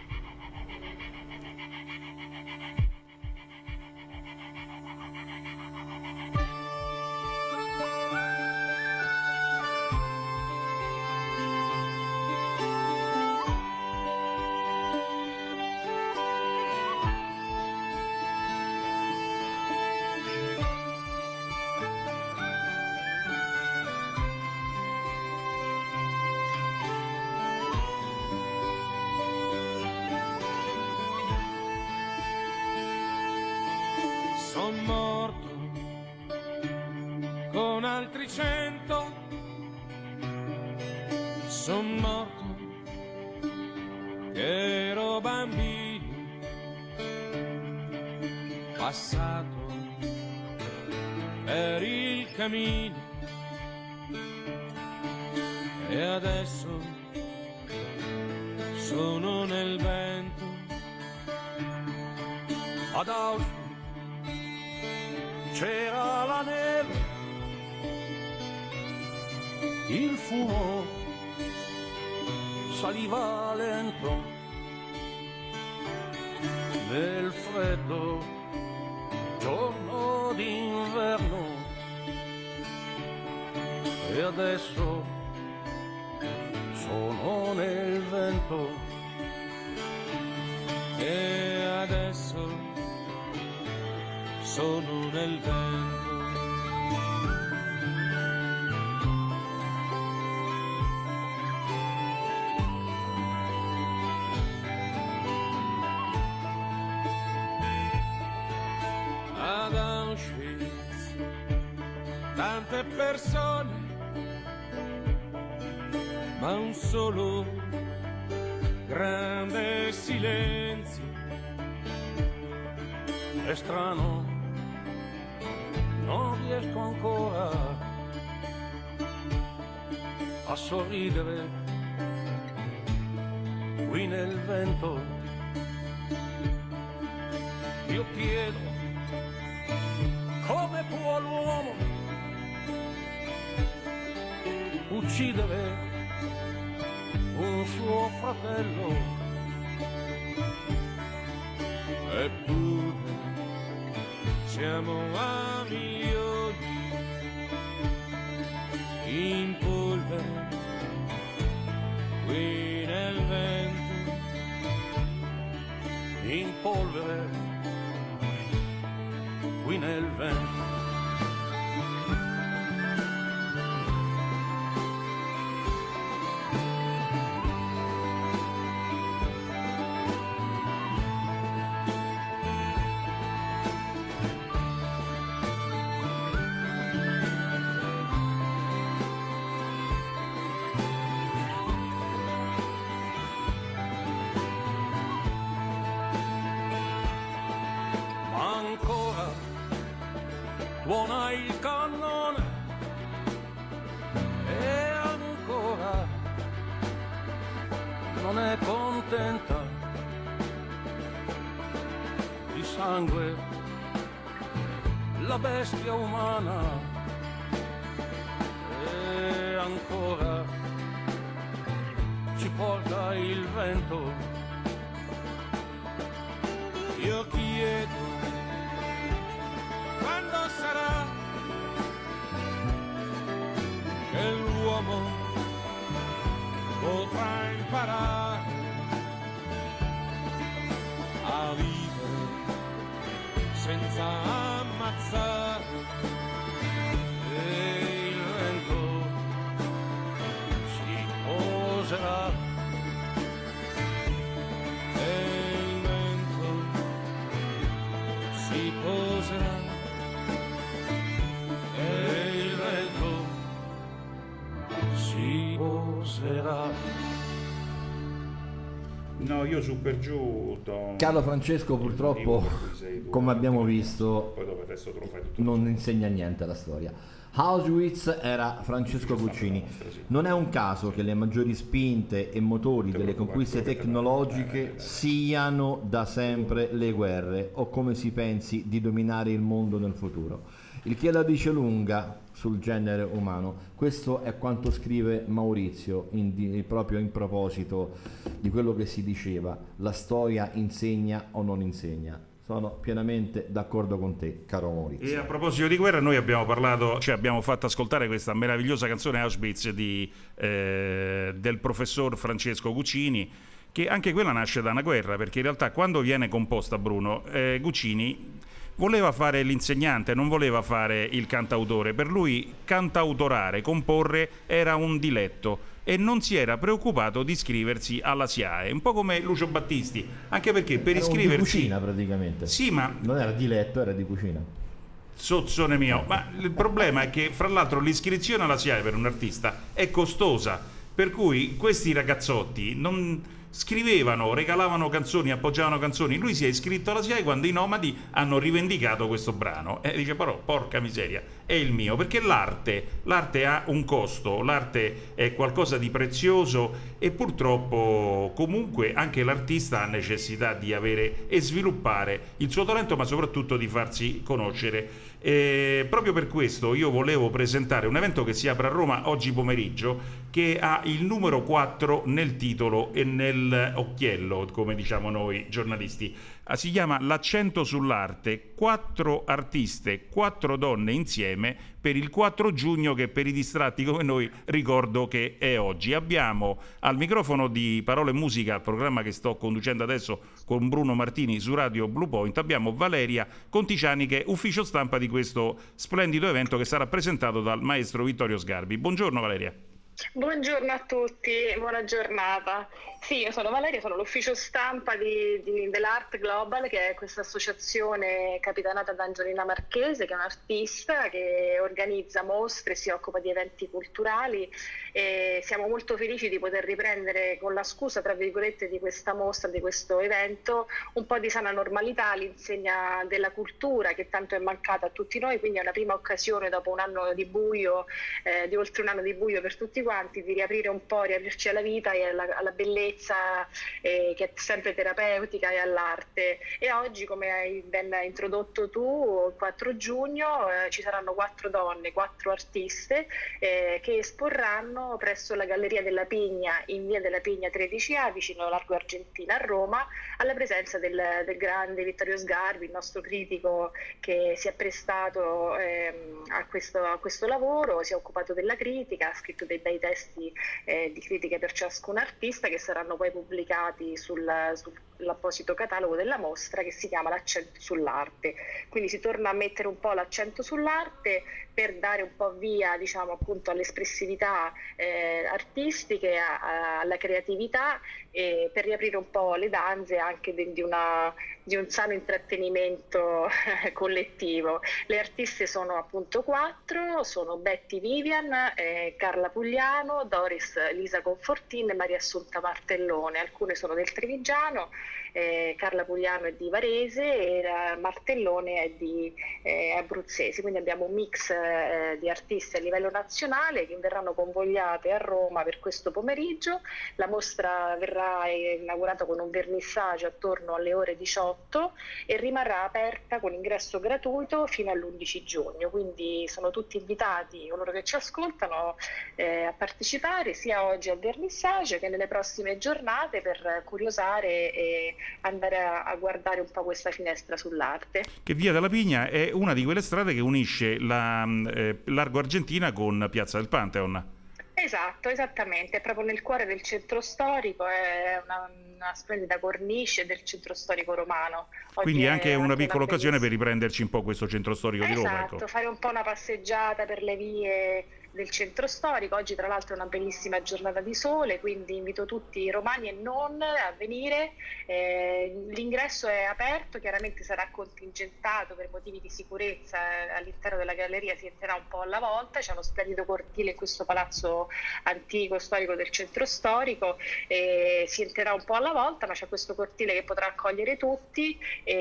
Speaker 13: Son morto con altri 100, son morto che ero bambino, passato per il cammino, e adesso sono nel vento. Ad Auschwitz c'era la neve, il fumo saliva lento nel freddo giorno d'inverno, e adesso sono nel vento, e adesso sono nel vento. Ad Auschwitz tante persone, ma un solo grande silenzio. È strano, non riesco ancora a sorridere qui nel vento. Io chiedo, come può l'uomo uccidere un suo fratello? Eppure siamo a milioni in polvere qui nel vento, in polvere qui nel vento. suona il cannone e ancora non è contenta di sangue la bestia umana e ancora ci porta il vento. Io chiedo quando sarà che l'uomo potrà imparare a vivere senza ammazzare e il vento si poserà e il vento si poserà e il vento si poserà.
Speaker 4: No, io su per giù
Speaker 3: Caro Francesco, purtroppo, come abbiamo visto,
Speaker 4: poi dopo il resto te lo fai tutto.
Speaker 3: non insegna niente la storia. Auschwitz era Francesco Guccini. Non è un caso che le maggiori spinte e motori delle conquiste tecnologiche siano da sempre le guerre, o come si pensi di dominare il mondo nel futuro. Il che la dice lunga sul genere umano. Questo è quanto scrive Maurizio proprio in proposito di quello che si diceva: la storia insegna o non insegna. Sono pienamente d'accordo con te, caro Maurizio.
Speaker 4: E a proposito di guerra, noi abbiamo parlato, cioè abbiamo fatto ascoltare questa meravigliosa canzone Auschwitz del professor Francesco Guccini, che anche quella nasce da una guerra, perché in realtà quando viene composta, Bruno, Guccini voleva fare l'insegnante, non voleva fare il cantautore. Per lui cantautorare, comporre era un diletto e non si era preoccupato di iscriversi alla SIAE, un po' come Lucio Battisti, anche perché per
Speaker 3: era
Speaker 4: iscriversi...
Speaker 3: di cucina praticamente.
Speaker 4: Sì, ma...
Speaker 3: non era di letto, era di cucina.
Speaker 4: Sozzone mio, ma il problema è che fra l'altro l'iscrizione alla SIAE per un artista è costosa, per cui questi ragazzotti non scrivevano, regalavano canzoni, appoggiavano canzoni. Lui si è iscritto alla SIAE quando i Nomadi hanno rivendicato questo brano e dice però porca miseria, è il mio, perché l'arte ha un costo, l'arte è qualcosa di prezioso e purtroppo comunque anche l'artista ha necessità di avere e sviluppare il suo talento, ma soprattutto di farsi conoscere. E proprio per questo io volevo presentare un evento che si apre a Roma oggi pomeriggio, che ha il numero 4 nel titolo e nel occhiello, come diciamo noi giornalisti. Si chiama L'accento sull'arte, 4 artiste, 4 donne insieme per il 4 giugno, che per i distratti come noi ricordo che è oggi. Abbiamo al microfono di Parole e Musica, il programma che sto conducendo adesso con Bruno Martini su Radio Blue Point, abbiamo Valeria Conticiani, che è ufficio stampa di questo splendido evento che sarà presentato dal maestro Vittorio Sgarbi. Buongiorno Valeria.
Speaker 14: Buongiorno a tutti, buona giornata. Sì, io sono Valeria, sono l'ufficio stampa dell'Art Global, che è questa associazione capitanata da Angelina Marchese, che è un'artista che organizza mostre, si occupa di eventi culturali, e siamo molto felici di poter riprendere, con la scusa tra virgolette di questa mostra, di questo evento, un po' di sana normalità all'insegna della cultura, che tanto è mancata a tutti noi, quindi è una prima occasione dopo un anno di buio, di oltre un anno di buio per tutti quanti, di riaprire un po', riaprirci alla vita e alla bellezza che è sempre terapeutica, e all'arte. E oggi, come hai ben introdotto tu, il 4 giugno ci saranno 4 donne, 4 artiste che esporranno presso la Galleria della Pigna in via della Pigna 13A, vicino al Largo Argentina a Roma, alla presenza del grande Vittorio Sgarbi, il nostro critico che si è prestato a questo lavoro, si è occupato della critica, ha scritto dei bei testi di critica per ciascun artista, che saranno poi pubblicati sull'apposito catalogo della mostra, che si chiama L'accento sull'arte. Quindi si torna a mettere un po' l'accento sull'arte per dare un po' via, diciamo, appunto all'espressività artistiche, alla creatività, e per riaprire un po' le danze anche di un sano intrattenimento collettivo. Le artiste sono appunto 4, sono Betty Vivian, Carla Pugliano, Doris Lisa Confortin e Maria Assunta Martellone. Alcune sono del Trevigiano Carla Pugliano è di Varese e Martellone è di abruzzesi, quindi abbiamo un mix di artisti a livello nazionale che verranno convogliate a Roma per questo pomeriggio. La mostra verrà inaugurata con un vernissaggio attorno alle ore 18 e rimarrà aperta con ingresso gratuito fino all'11 giugno, quindi sono tutti invitati coloro che ci ascoltano a partecipare sia oggi al vernissage che nelle prossime giornate per curiosare e andare a guardare un po' questa finestra sull'arte.
Speaker 4: Che Via della Pigna è una di quelle strade che unisce la Largo Argentina con Piazza del Pantheon.
Speaker 14: Esatto, esattamente, è proprio nel cuore del centro storico, è una splendida cornice del centro storico romano. Oggi
Speaker 4: quindi è anche una
Speaker 14: anche
Speaker 4: piccola occasione per riprenderci un po' questo centro storico di Roma.
Speaker 14: Esatto,
Speaker 4: Ecco.
Speaker 14: fare un po' una passeggiata per le vie del centro storico. Oggi tra l'altro è una bellissima giornata di sole, quindi invito tutti i romani e non a venire. L'ingresso è aperto, chiaramente sarà contingentato per motivi di sicurezza. All'interno della galleria si entrerà un po' alla volta, c'è uno splendido cortile in questo palazzo antico storico del centro storico, si entrerà un po' alla volta, ma c'è questo cortile che potrà accogliere tutti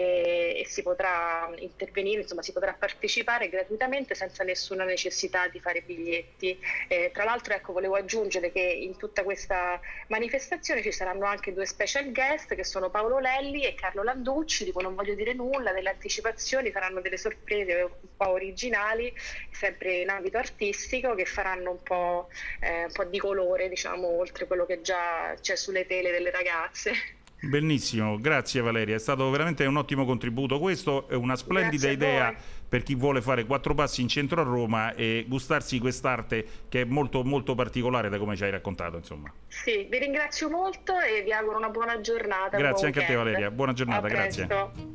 Speaker 14: e si potrà intervenire, insomma si potrà partecipare gratuitamente senza nessuna necessità di fare biglietti. Tra l'altro, ecco, volevo aggiungere che in tutta questa manifestazione ci saranno anche due special guest che sono Paolo Lelli e Carlo Landucci, di cui non voglio dire nulla, delle anticipazioni, faranno delle sorprese un po' originali, sempre in ambito artistico, che faranno un po' di colore, diciamo, oltre quello che già c'è sulle tele delle ragazze.
Speaker 4: Benissimo, grazie Valeria, è stato veramente un ottimo contributo questo, è una splendida idea per chi vuole fare 4 passi in centro a Roma e gustarsi quest'arte che è molto molto particolare da come ci hai raccontato, insomma.
Speaker 14: Sì, vi ringrazio molto e vi auguro una buona giornata.
Speaker 4: Grazie anche
Speaker 14: weekend.
Speaker 4: a te Valeria, buona giornata,
Speaker 14: A presto.
Speaker 4: grazie.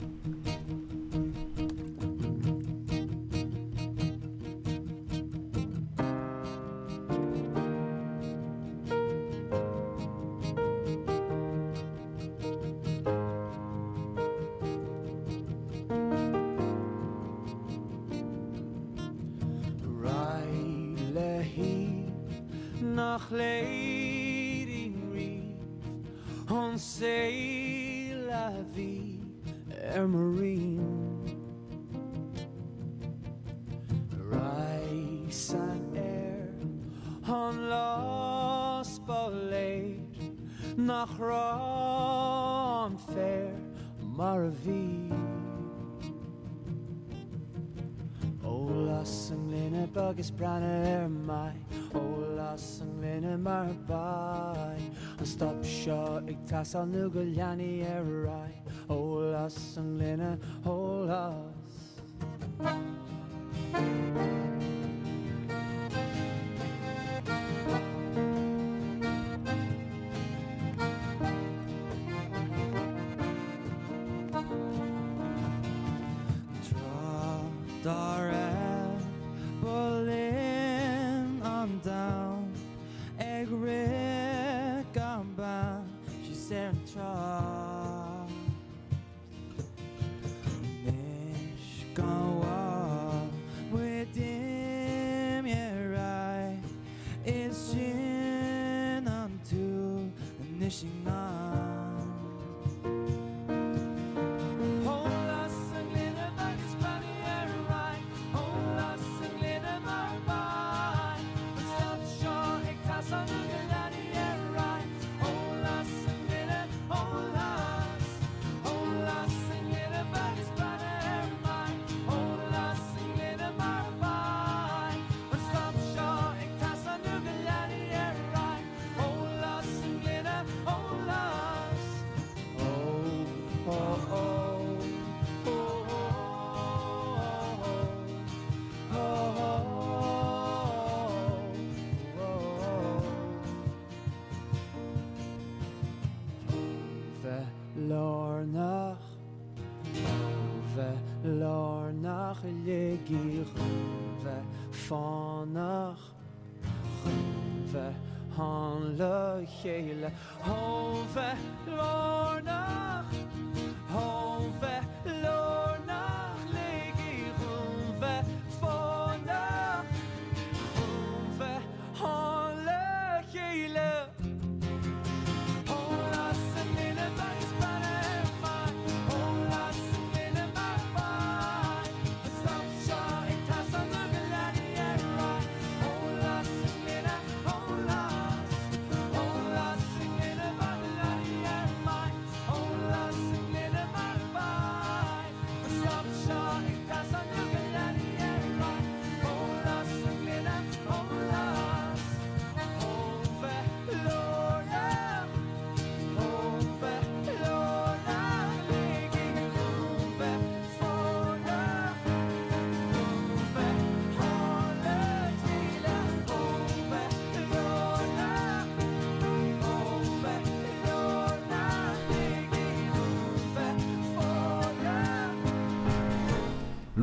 Speaker 7: Nach leiding reef on c'est la vie air marine rice and air on lost ballet nach ron fair maravi Ola sangline bugis brana mai Ola sangline marbai An stop shot ik tas al nuguliani erai Ola sangline olas Dar Berlin on down Egg Rick on bound She's there in try Nish Gawa with him yeah right It's Jin unto the Nishing on Lornach legi ve fanach ve han le hele hove lornach legi ve fanach ve han le hele Ola semine bais para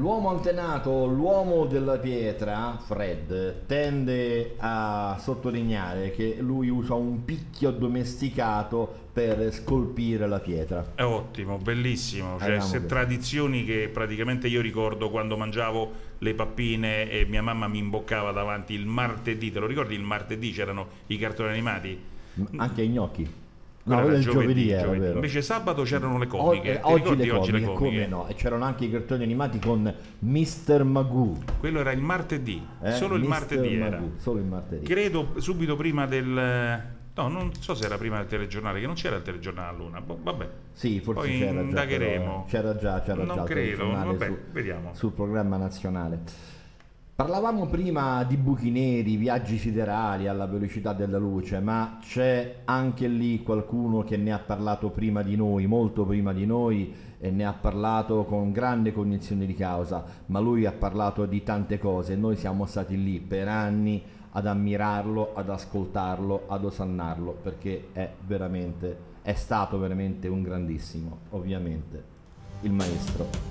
Speaker 3: L'uomo antenato, l'uomo della pietra, Fred, tende a sottolineare che lui usa un picchio domesticato per scolpire la pietra.
Speaker 4: È ottimo, bellissimo, cioè queste tradizioni che praticamente io ricordo quando mangiavo le pappine e mia mamma mi imboccava davanti il martedì. Te lo ricordi il martedì c'erano i cartoni animati?
Speaker 3: Anche i gnocchi.
Speaker 4: Quello
Speaker 3: No,
Speaker 4: era
Speaker 3: il giovedì era, vero.
Speaker 4: Invece sabato c'erano le comiche. Ti
Speaker 3: Oggi
Speaker 4: ricordi
Speaker 3: le
Speaker 4: oggi le
Speaker 3: comiche,
Speaker 4: comiche?
Speaker 3: come no? E c'erano anche i cartoni animati con Mr. Magoo.
Speaker 4: Quello era il martedì, solo il martedì era.
Speaker 3: Solo il martedì.
Speaker 4: Credo subito prima del... No, non so se era prima del telegiornale, che non c'era il telegiornale a luna. Vabbè.
Speaker 3: Sì, forse
Speaker 4: poi
Speaker 3: c'era
Speaker 4: indagheremo.
Speaker 3: già. C'era già.
Speaker 4: Non credo, vabbè, vediamo.
Speaker 3: Sul programma nazionale. Parlavamo prima di buchi neri, viaggi siderali alla velocità della luce, ma c'è anche lì qualcuno che ne ha parlato prima di noi, molto prima di noi, e ne ha parlato con grande cognizione di causa, ma lui ha parlato di tante cose e noi siamo stati lì per anni ad ammirarlo, ad ascoltarlo, ad osannarlo, perché è stato veramente un grandissimo, ovviamente, il maestro.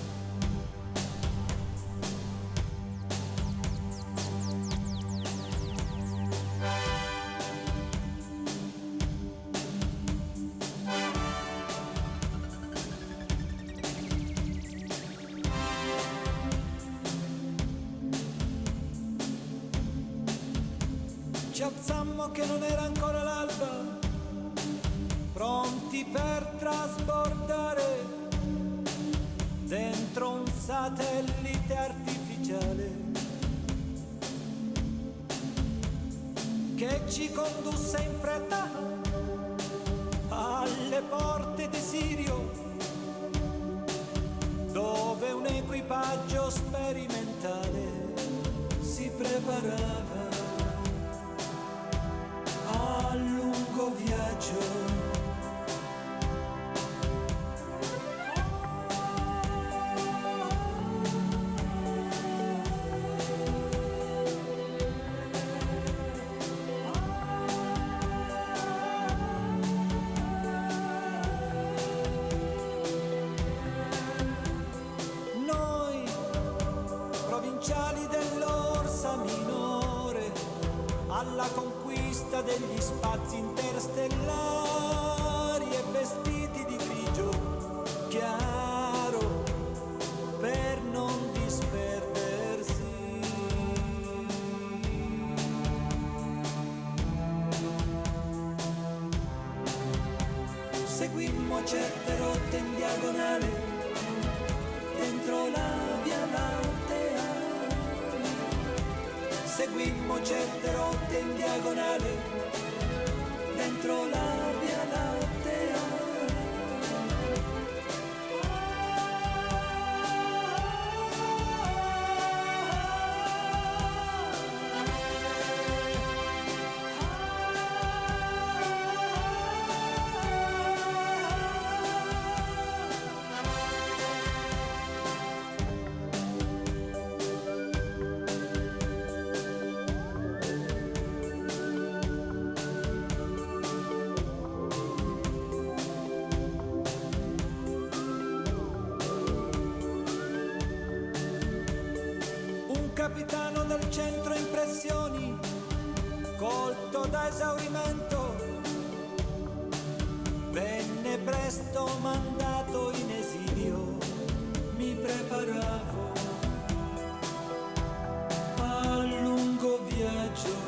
Speaker 7: Ci alzammo che non era ancora l'alba, pronti per trasbordare dentro un satellite artificiale che ci condusse in fretta alle porte di Sirio, dove un equipaggio sperimentale si preparava a lungo viaggio. Noi, provinciali dell'Orsa Minore, alla conquista degli spazi interstellari e vestiti di grigio chiaro per non disperdersi. Seguimmo certe rotte in diagonale dentro la Via Lattea. Seguimmo certe rotte in diagonale dentro la Via Lattea. Capitano del centro impressioni, colto da esaurimento, venne presto mandato in esilio. Mi preparavo a lungo viaggio.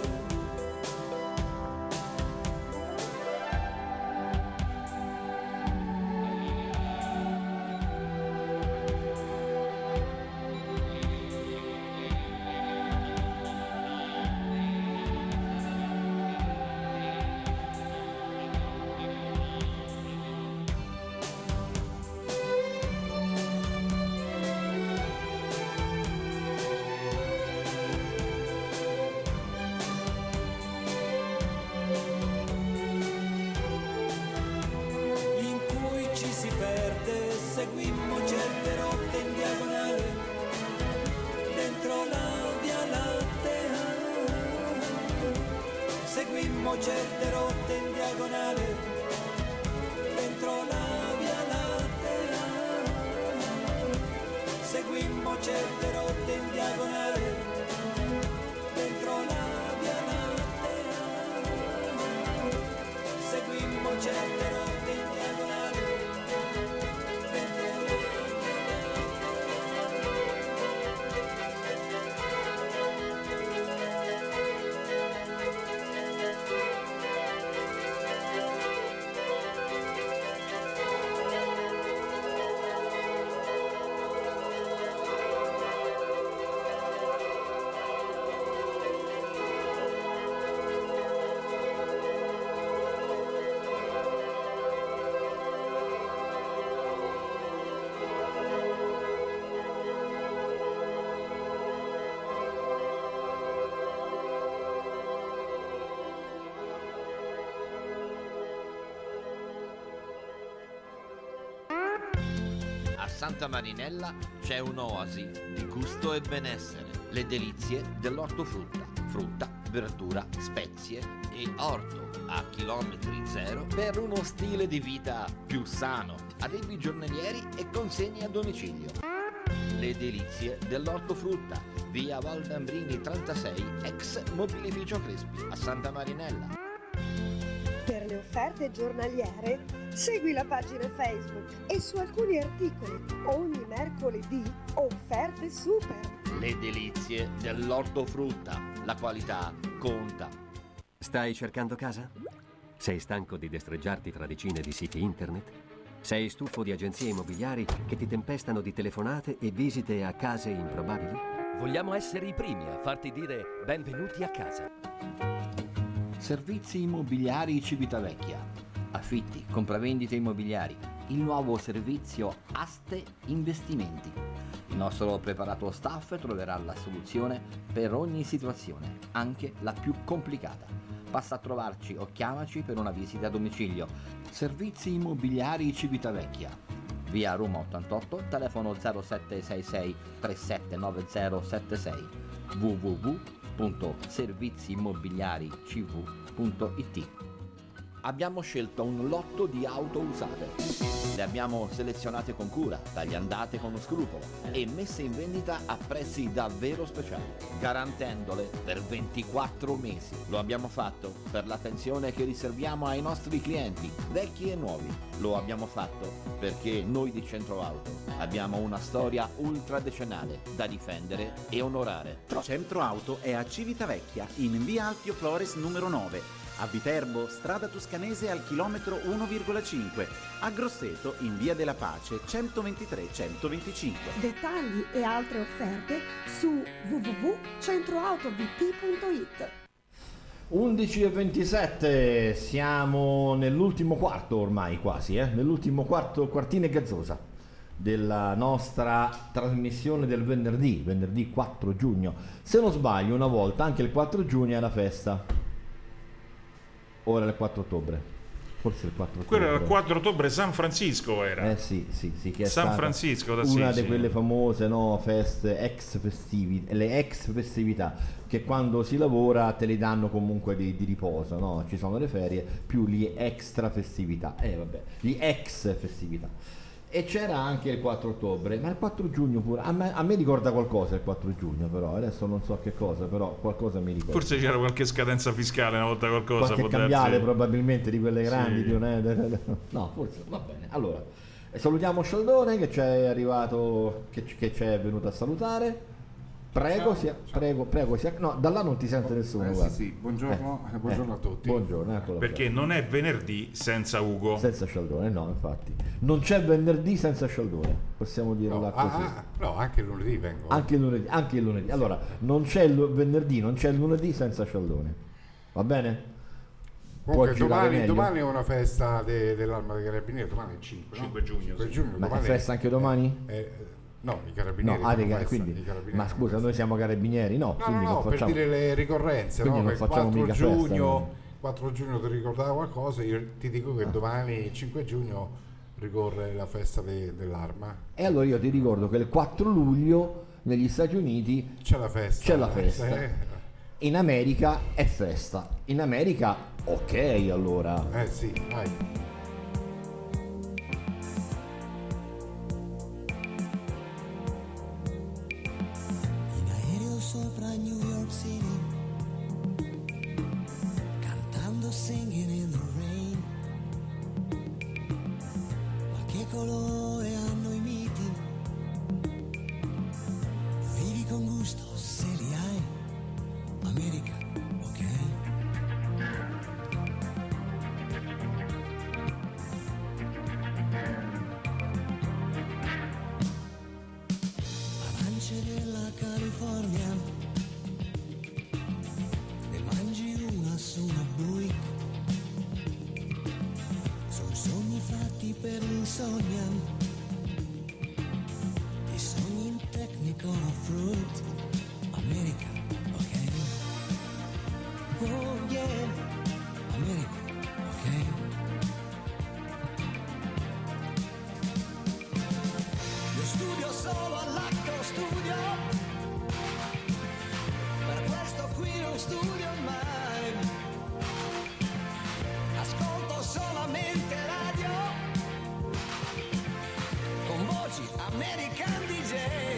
Speaker 7: Seguimmo certe rotte in diagonale dentro la Via Lattea. Seguimmo certe rotte in diagonale dentro la Via Lattea. Seguimmo certe rotte in diagonale, dentro una via lattea, seguimmo certe rotte in diagonale, dentro una
Speaker 1: A Santa Marinella c'è un'oasi di gusto e benessere, le delizie dell'ortofrutta, frutta, verdura, spezie e orto a chilometri zero per uno stile di vita più sano, arrivi giornalieri e consegne a domicilio. Le delizie dell'ortofrutta, via Valdambrini 36, ex mobilificio Crespi, a Santa Marinella.
Speaker 6: Per le offerte giornaliere segui la pagina Facebook e su alcuni articoli ogni mercoledì offerte super.
Speaker 1: Le delizie dell'ortofrutta, la qualità conta.
Speaker 15: Stai cercando casa? Sei stanco di destreggiarti tra decine di siti internet? Sei stufo di agenzie immobiliari che ti tempestano di telefonate e visite a case improbabili?
Speaker 16: Vogliamo essere i primi a farti dire benvenuti a casa.
Speaker 1: Servizi immobiliari Civitavecchia. Affitti, compravendite immobiliari. Il nuovo servizio Aste Investimenti. Il nostro preparato staff troverà la soluzione per ogni situazione, anche la più complicata. Passa a trovarci o chiamaci per una visita a domicilio. Servizi immobiliari Civitavecchia. Via Roma 88, telefono 0766 379076. www.serviziimmobiliaricv.it. Abbiamo scelto un lotto di auto usate. Le abbiamo selezionate con cura, tagliandate con scrupolo e messe in vendita a prezzi davvero speciali, garantendole per 24 mesi. Lo abbiamo fatto per l'attenzione che riserviamo ai nostri clienti, vecchi e nuovi. Lo abbiamo fatto perché noi di Centro Auto abbiamo una storia ultradecennale da difendere e onorare.
Speaker 12: Centro Auto è a Civitavecchia, in via Alfio Flores numero 9. A Viterbo, strada toscanese al chilometro 1,5. A Grosseto, in via della Pace 123-125.
Speaker 17: Dettagli e altre offerte su www.centroautovt.it.
Speaker 3: 11:27, siamo nell'ultimo quarto ormai quasi, nell'ultimo quartine gazzosa della nostra trasmissione del venerdì 4 giugno. Se non sbaglio, una volta anche il 4 giugno è la festa. Ora è il 4 ottobre, forse il 4 ottobre.
Speaker 4: Quello era il 4 ottobre, San Francisco era.
Speaker 3: Sì, che è
Speaker 4: San Francisco,
Speaker 3: una di quelle famose feste le ex festività, che quando si lavora te li danno comunque di riposo, no? Ci sono le ferie più gli extra festività, gli ex festività. E c'era anche il 4 ottobre, ma il 4 giugno pure, a me ricorda qualcosa il 4 giugno, però adesso non so che cosa, però qualcosa mi ricorda.
Speaker 4: Forse c'era qualche scadenza fiscale una volta, qualcosa.
Speaker 3: Qualche cambiale probabilmente di quelle grandi, sì. No, forse, va bene. Allora, salutiamo Scialdone che ci è arrivato, che ci è venuto a salutare. Prego, prego, no, da là non ti sente nessuno.
Speaker 18: Sì, buongiorno a tutti.
Speaker 3: Buongiorno,
Speaker 4: perché non è venerdì senza Ugo.
Speaker 3: Senza Scialdone, no, infatti. Non c'è venerdì senza Scialdone, possiamo dirla così.
Speaker 18: No, anche il lunedì vengo.
Speaker 3: Anche il lunedì. Allora, non c'è il venerdì, non c'è il lunedì senza Scialdone. Va bene?
Speaker 18: Comunque domani è una festa dell'Arma dei Carabinieri, domani è il 5
Speaker 4: giugno.
Speaker 3: Ma è festa anche domani?
Speaker 18: No, i carabinieri.
Speaker 3: Quindi, ma scusa, noi siamo carabinieri? No,
Speaker 18: no, per dire le ricorrenze, no? Il 4 giugno, 4 giugno ti ricordava qualcosa, io ti dico che domani, il 5 giugno, ricorre la festa dell'Arma.
Speaker 3: E allora io ti ricordo che il 4 luglio negli Stati Uniti
Speaker 18: c'è la festa.
Speaker 3: In America è festa. In America, ok, allora.
Speaker 18: Sì, vai.
Speaker 19: a New York City, cantando singing in the rain. Ma che colore hanno i miti? Vivi con gusto se li hai, America, ok? Arance della California, ne mangi una su una buick. Sono sogni fatti per l'insonnia, i sogni in Technicolor fruit, America, ok? Oh yeah, America, ok? Io studio solo all'Actor Studio, per questo qui non studio mai. Ascolto solamente radio, con voci American DJ.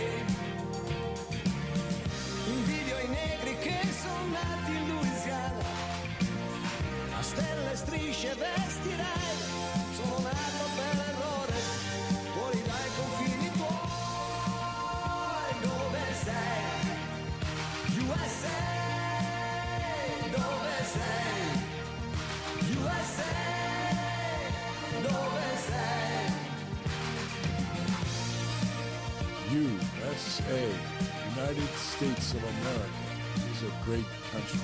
Speaker 19: Invidio i negri che sono nati in Louisiana, a stelle, strisce, vestirai. Sono nato per errore, fuori dai confini tuoi. Dove sei? USA, dove sei? USA, dove sei?
Speaker 20: USA, United States of America, is a great country.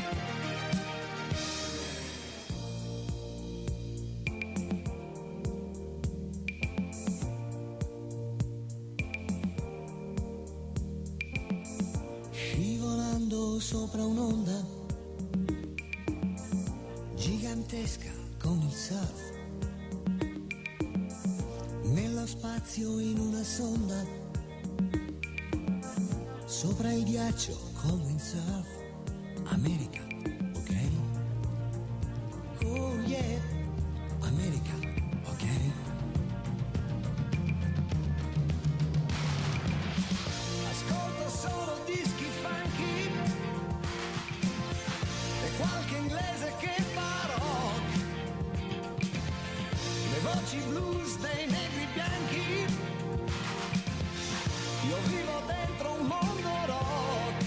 Speaker 19: Scivolando sopra un'onda gigantesca con il surf, nello spazio in una sonda, sopra il ghiaccio con windsurf, America, ok? Oh yeah, America, ok? Ascolto solo dischi funky e qualche inglese che fa rock, le voci blues dei negri bianchi. Io vivo dentro un mondo rock,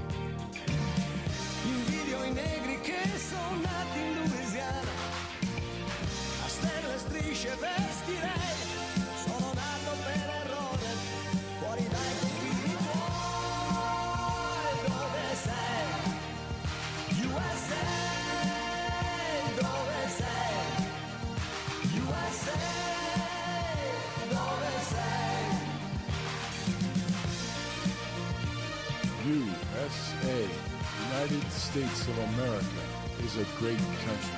Speaker 19: invidio i negri che sono nati in Louisiana, a stelle, strisce, vestirei. Sono nato per errore, fuori dai confini tuoi. Dove sei? USA, dove sei? USA, dove sei?
Speaker 20: USA, United States of America, is a great country.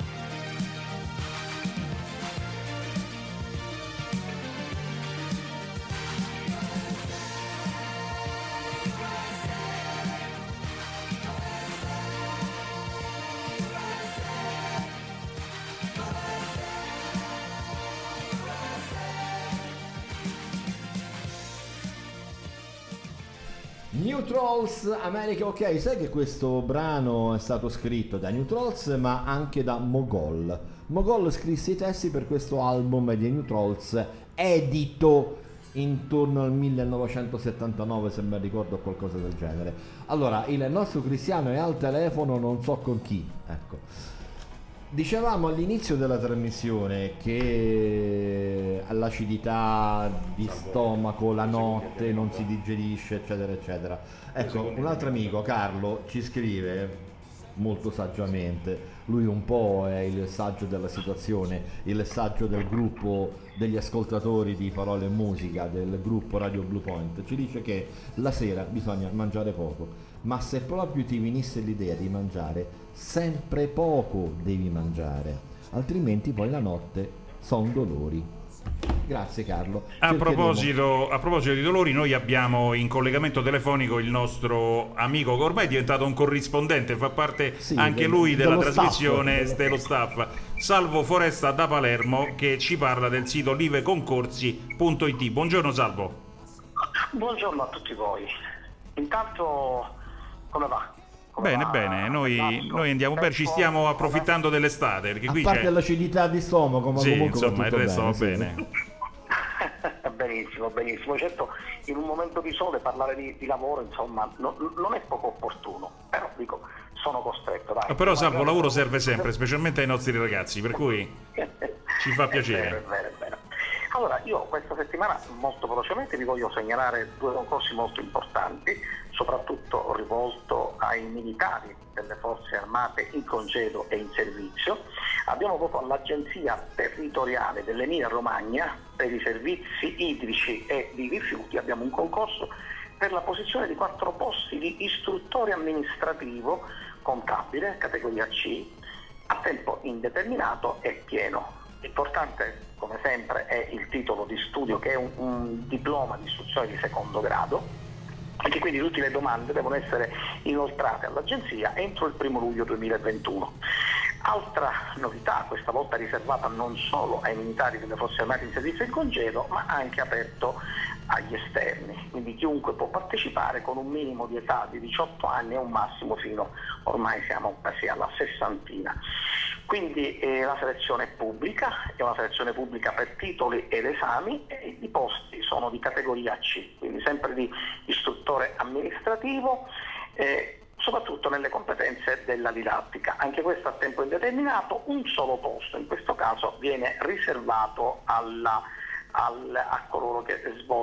Speaker 3: New Trolls, America, ok. Sai che questo brano è stato scritto da New Trolls ma anche da Mogol. Mogol scrisse i testi per questo album di New Trolls, edito intorno al 1979 se mi ricordo, qualcosa del genere. Allora, il nostro Cristiano è al telefono, non so con chi, ecco. Dicevamo all'inizio della trasmissione che l'acidità di stomaco, la notte non si digerisce, eccetera eccetera. Ecco, un altro amico, Carlo, ci scrive molto saggiamente, lui un po' è il saggio della situazione, il saggio del gruppo degli ascoltatori di Parole e Musica, del gruppo Radio Blue Point. Ci dice che la sera bisogna mangiare poco, ma se proprio ti venisse l'idea di mangiare, sempre poco devi mangiare, altrimenti poi la notte son dolori. Grazie Carlo.
Speaker 4: A proposito di dolori, noi abbiamo in collegamento telefonico il nostro amico che ormai è diventato un corrispondente, fa parte anche lui della trasmissione, dello staff, Salvo Foresta da Palermo, che ci parla del sito liveconcorsi.it. Buongiorno Salvo.
Speaker 21: Buongiorno a tutti voi. Intanto come va?
Speaker 4: Bene, noi andiamo bene, ci stiamo approfittando dell'estate. Perché qui
Speaker 3: a parte l'acidità di stomaco, ma
Speaker 4: sì,
Speaker 3: comunque
Speaker 4: insomma, il resto va bene.
Speaker 21: Benissimo. Certo, in un momento di sole parlare di lavoro, insomma, non è poco opportuno, però dico, sono costretto. Dai.
Speaker 4: Però Salvo, lavoro serve sempre, specialmente ai nostri ragazzi, per cui ci fa piacere.
Speaker 21: È vero. Allora, io questa settimana molto velocemente vi voglio segnalare 2 concorsi molto importanti, soprattutto rivolto ai militari delle forze armate in congedo e in servizio. Abbiamo proprio all'Agenzia Territoriale dell'Emilia Romagna per i servizi idrici e di rifiuti, abbiamo un concorso per la posizione di 4 posti di istruttore amministrativo contabile, categoria C, a tempo indeterminato e pieno. L'importante, come sempre, è il titolo di studio, che è un diploma di istruzione di secondo grado, e che quindi tutte le domande devono essere inoltrate all'agenzia entro il 1 luglio 2021. Altra novità, questa volta riservata non solo ai militari delle forze armate in servizio in congedo, ma anche aperto agli esterni, quindi chiunque può partecipare con un minimo di età di 18 anni e un massimo fino, ormai siamo quasi alla 60. Quindi la selezione è una selezione pubblica per titoli ed esami, e i posti sono di categoria C, quindi sempre di istruttore amministrativo, soprattutto nelle competenze della didattica. Anche questo a tempo indeterminato, un solo posto in questo caso viene riservato a coloro che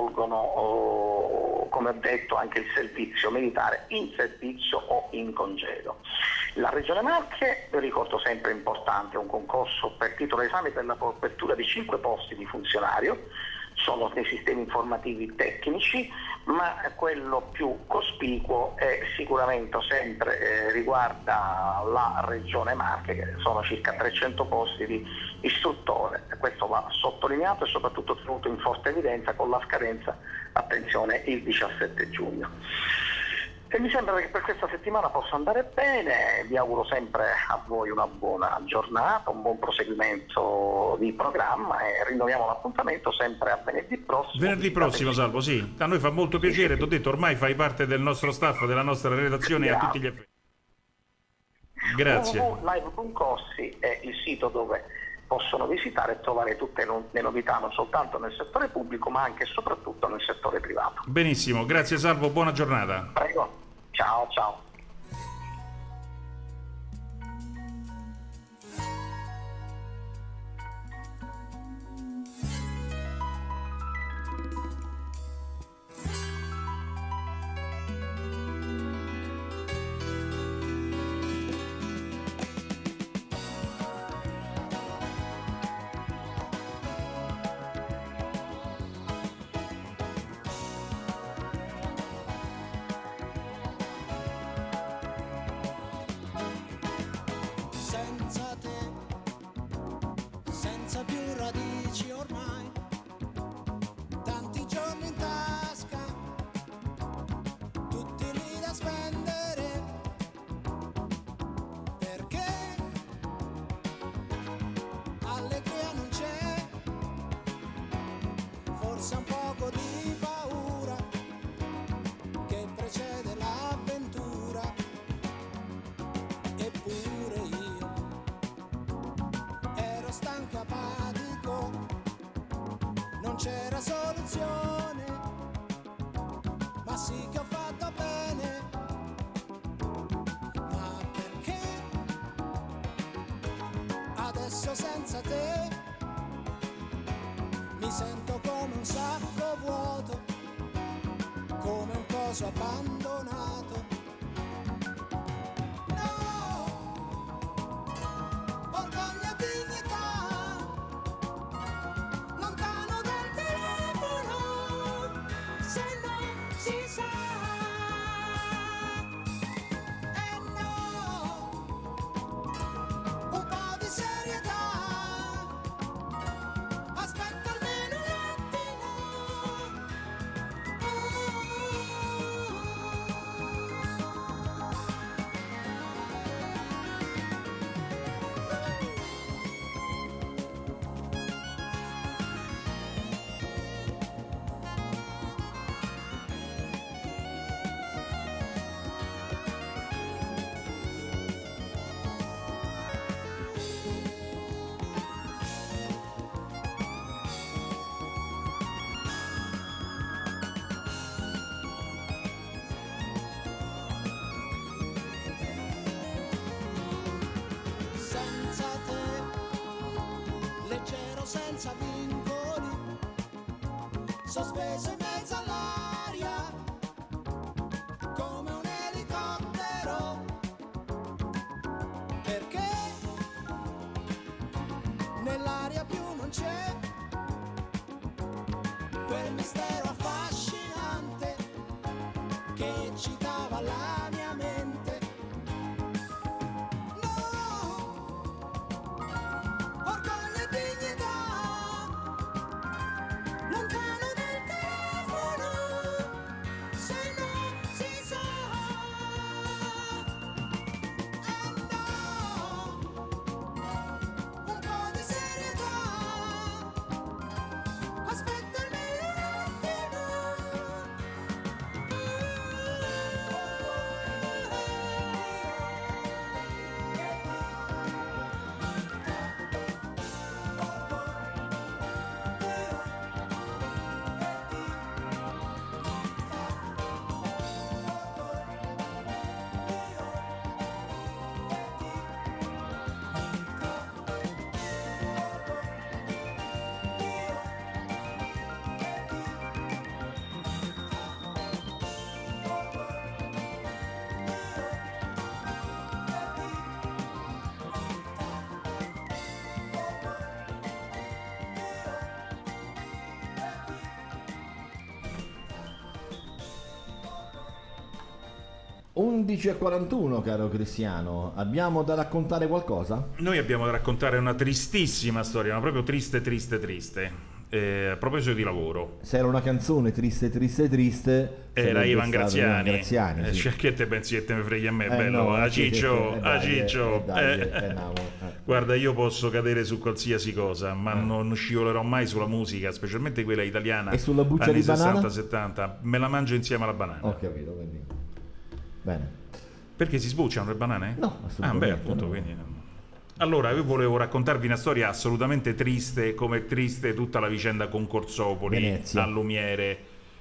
Speaker 21: svolgono, come ho detto, anche il servizio militare in servizio o in congedo. La Regione Marche, vi ricordo sempre importante, un concorso per titolo esame per la copertura di 5 posti di funzionario, sono dei sistemi informativi tecnici, ma quello più cospicuo è sicuramente sempre riguarda la Regione Marche, che sono circa 300 posti di istruttore. Questo va sottolineato e soprattutto tenuto in forte evidenza con la scadenza, attenzione, il 17 giugno. E mi sembra che per questa settimana possa andare bene, vi auguro sempre a voi una buona giornata, un buon proseguimento di programma, e rinnoviamo l'appuntamento sempre a venerdì prossimo.
Speaker 4: Venerdì prossimo, Salvo, sì. A noi fa molto piacere, ti ho detto, ormai fai parte del nostro staff, della nostra redazione a tutti gli effetti. Grazie.
Speaker 21: Live Concorsi è il sito dove possono visitare e trovare tutte le novità, non soltanto nel settore pubblico ma anche e soprattutto nel settore privato.
Speaker 4: Benissimo, grazie Salvo, buona giornata.
Speaker 21: Prego, ciao.
Speaker 7: Senza te, senza più radici ormai, tanti giorni in tasca, tutti lì da spendere, perché allegria non c'è, forse un poco di paura che precede l'avventura, eppure io ero stanco, apatico, non c'era soluzione, ma sì che ho fatto bene, ma perché adesso senza te mi sento come un sacco vuoto, come un coso abbandonato. Orgoglio e dignità, lontano dal telefono, se non si sa. E no, un po' di serietà, aspetta almeno un attimo. senza vincoli, sospeso in mezzo all'aria, come un elicottero, perché nell'aria più non c'è quel mistero affascinante che eccitava la mia mente. Orgoglio e dignità, lontano dal telefono, se non si sa. Un po' di serietà, aspetta il
Speaker 3: 11:41, caro Cristiano, abbiamo da raccontare qualcosa?
Speaker 4: Noi abbiamo da raccontare una tristissima storia, ma proprio triste. A proposito di lavoro,
Speaker 3: se era una canzone triste
Speaker 4: era Ivan Graziani,
Speaker 3: sì.
Speaker 4: Cioè, che te pensi che te ne freghi a me, bello?
Speaker 3: No,
Speaker 4: a Ciccio. Guarda, io posso cadere su qualsiasi cosa, ma non scivolerò mai sulla musica, specialmente quella italiana.
Speaker 3: E sulla buccia
Speaker 4: anni
Speaker 3: di banana?
Speaker 4: 60-70, me la mangio insieme alla banana.
Speaker 3: Ho capito, quindi. Bene.
Speaker 4: Perché si sbucciano le banane?
Speaker 3: No, assolutamente.
Speaker 4: Appunto,
Speaker 3: no.
Speaker 4: quindi. Allora, io volevo raccontarvi una storia assolutamente triste, come triste tutta la vicenda Concorsopoli,
Speaker 3: Venezia.
Speaker 4: a Lumiere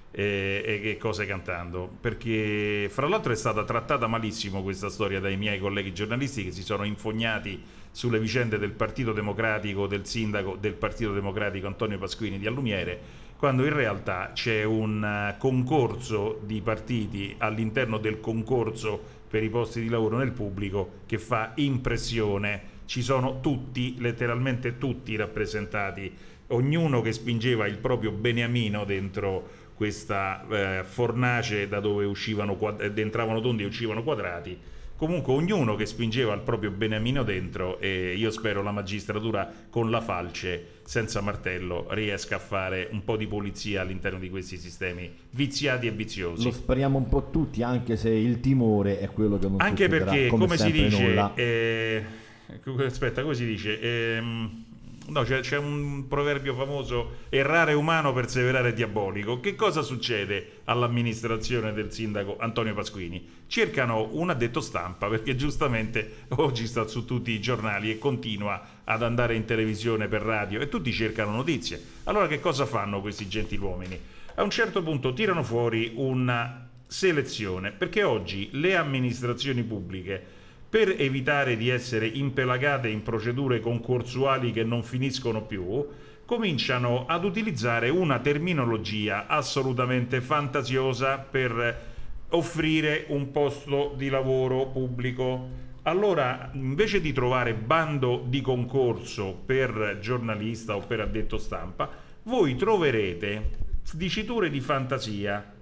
Speaker 4: e cose cantando, perché fra l'altro è stata trattata malissimo questa storia dai miei colleghi giornalisti che si sono infognati sulle vicende del Partito Democratico, del sindaco del Partito Democratico Antonio Pasquini di Allumiere, quando in realtà c'è un concorso di partiti all'interno del concorso per i posti di lavoro nel pubblico che fa impressione. Ci sono tutti, letteralmente tutti rappresentati, ognuno che spingeva il proprio beniamino dentro questa fornace da dove entravano tondi e uscivano quadrati. Comunque ognuno che spingeva il proprio beniamino dentro, e io spero la magistratura con la falce, senza martello, riesca a fare un po' di pulizia all'interno di questi sistemi viziati e viziosi.
Speaker 3: Lo speriamo un po' tutti, anche se il timore è quello che non
Speaker 4: anche
Speaker 3: succederà,
Speaker 4: perché, come si dice,
Speaker 3: nulla.
Speaker 4: Aspetta, come si dice? No, c'è un proverbio famoso: errare umano, perseverare diabolico. Che cosa succede all'amministrazione del sindaco Antonio Pasquini? Cercano un addetto stampa, perché giustamente oggi sta su tutti i giornali e continua ad andare in televisione, per radio, e tutti cercano notizie. Allora che cosa fanno questi gentiluomini? A un certo punto tirano fuori una selezione, perché oggi le amministrazioni pubbliche, per evitare di essere impelagate in procedure concorsuali che non finiscono più, cominciano ad utilizzare una terminologia assolutamente fantasiosa per offrire un posto di lavoro pubblico. Allora, invece di trovare bando di concorso per giornalista o per addetto stampa, voi troverete diciture di fantasia,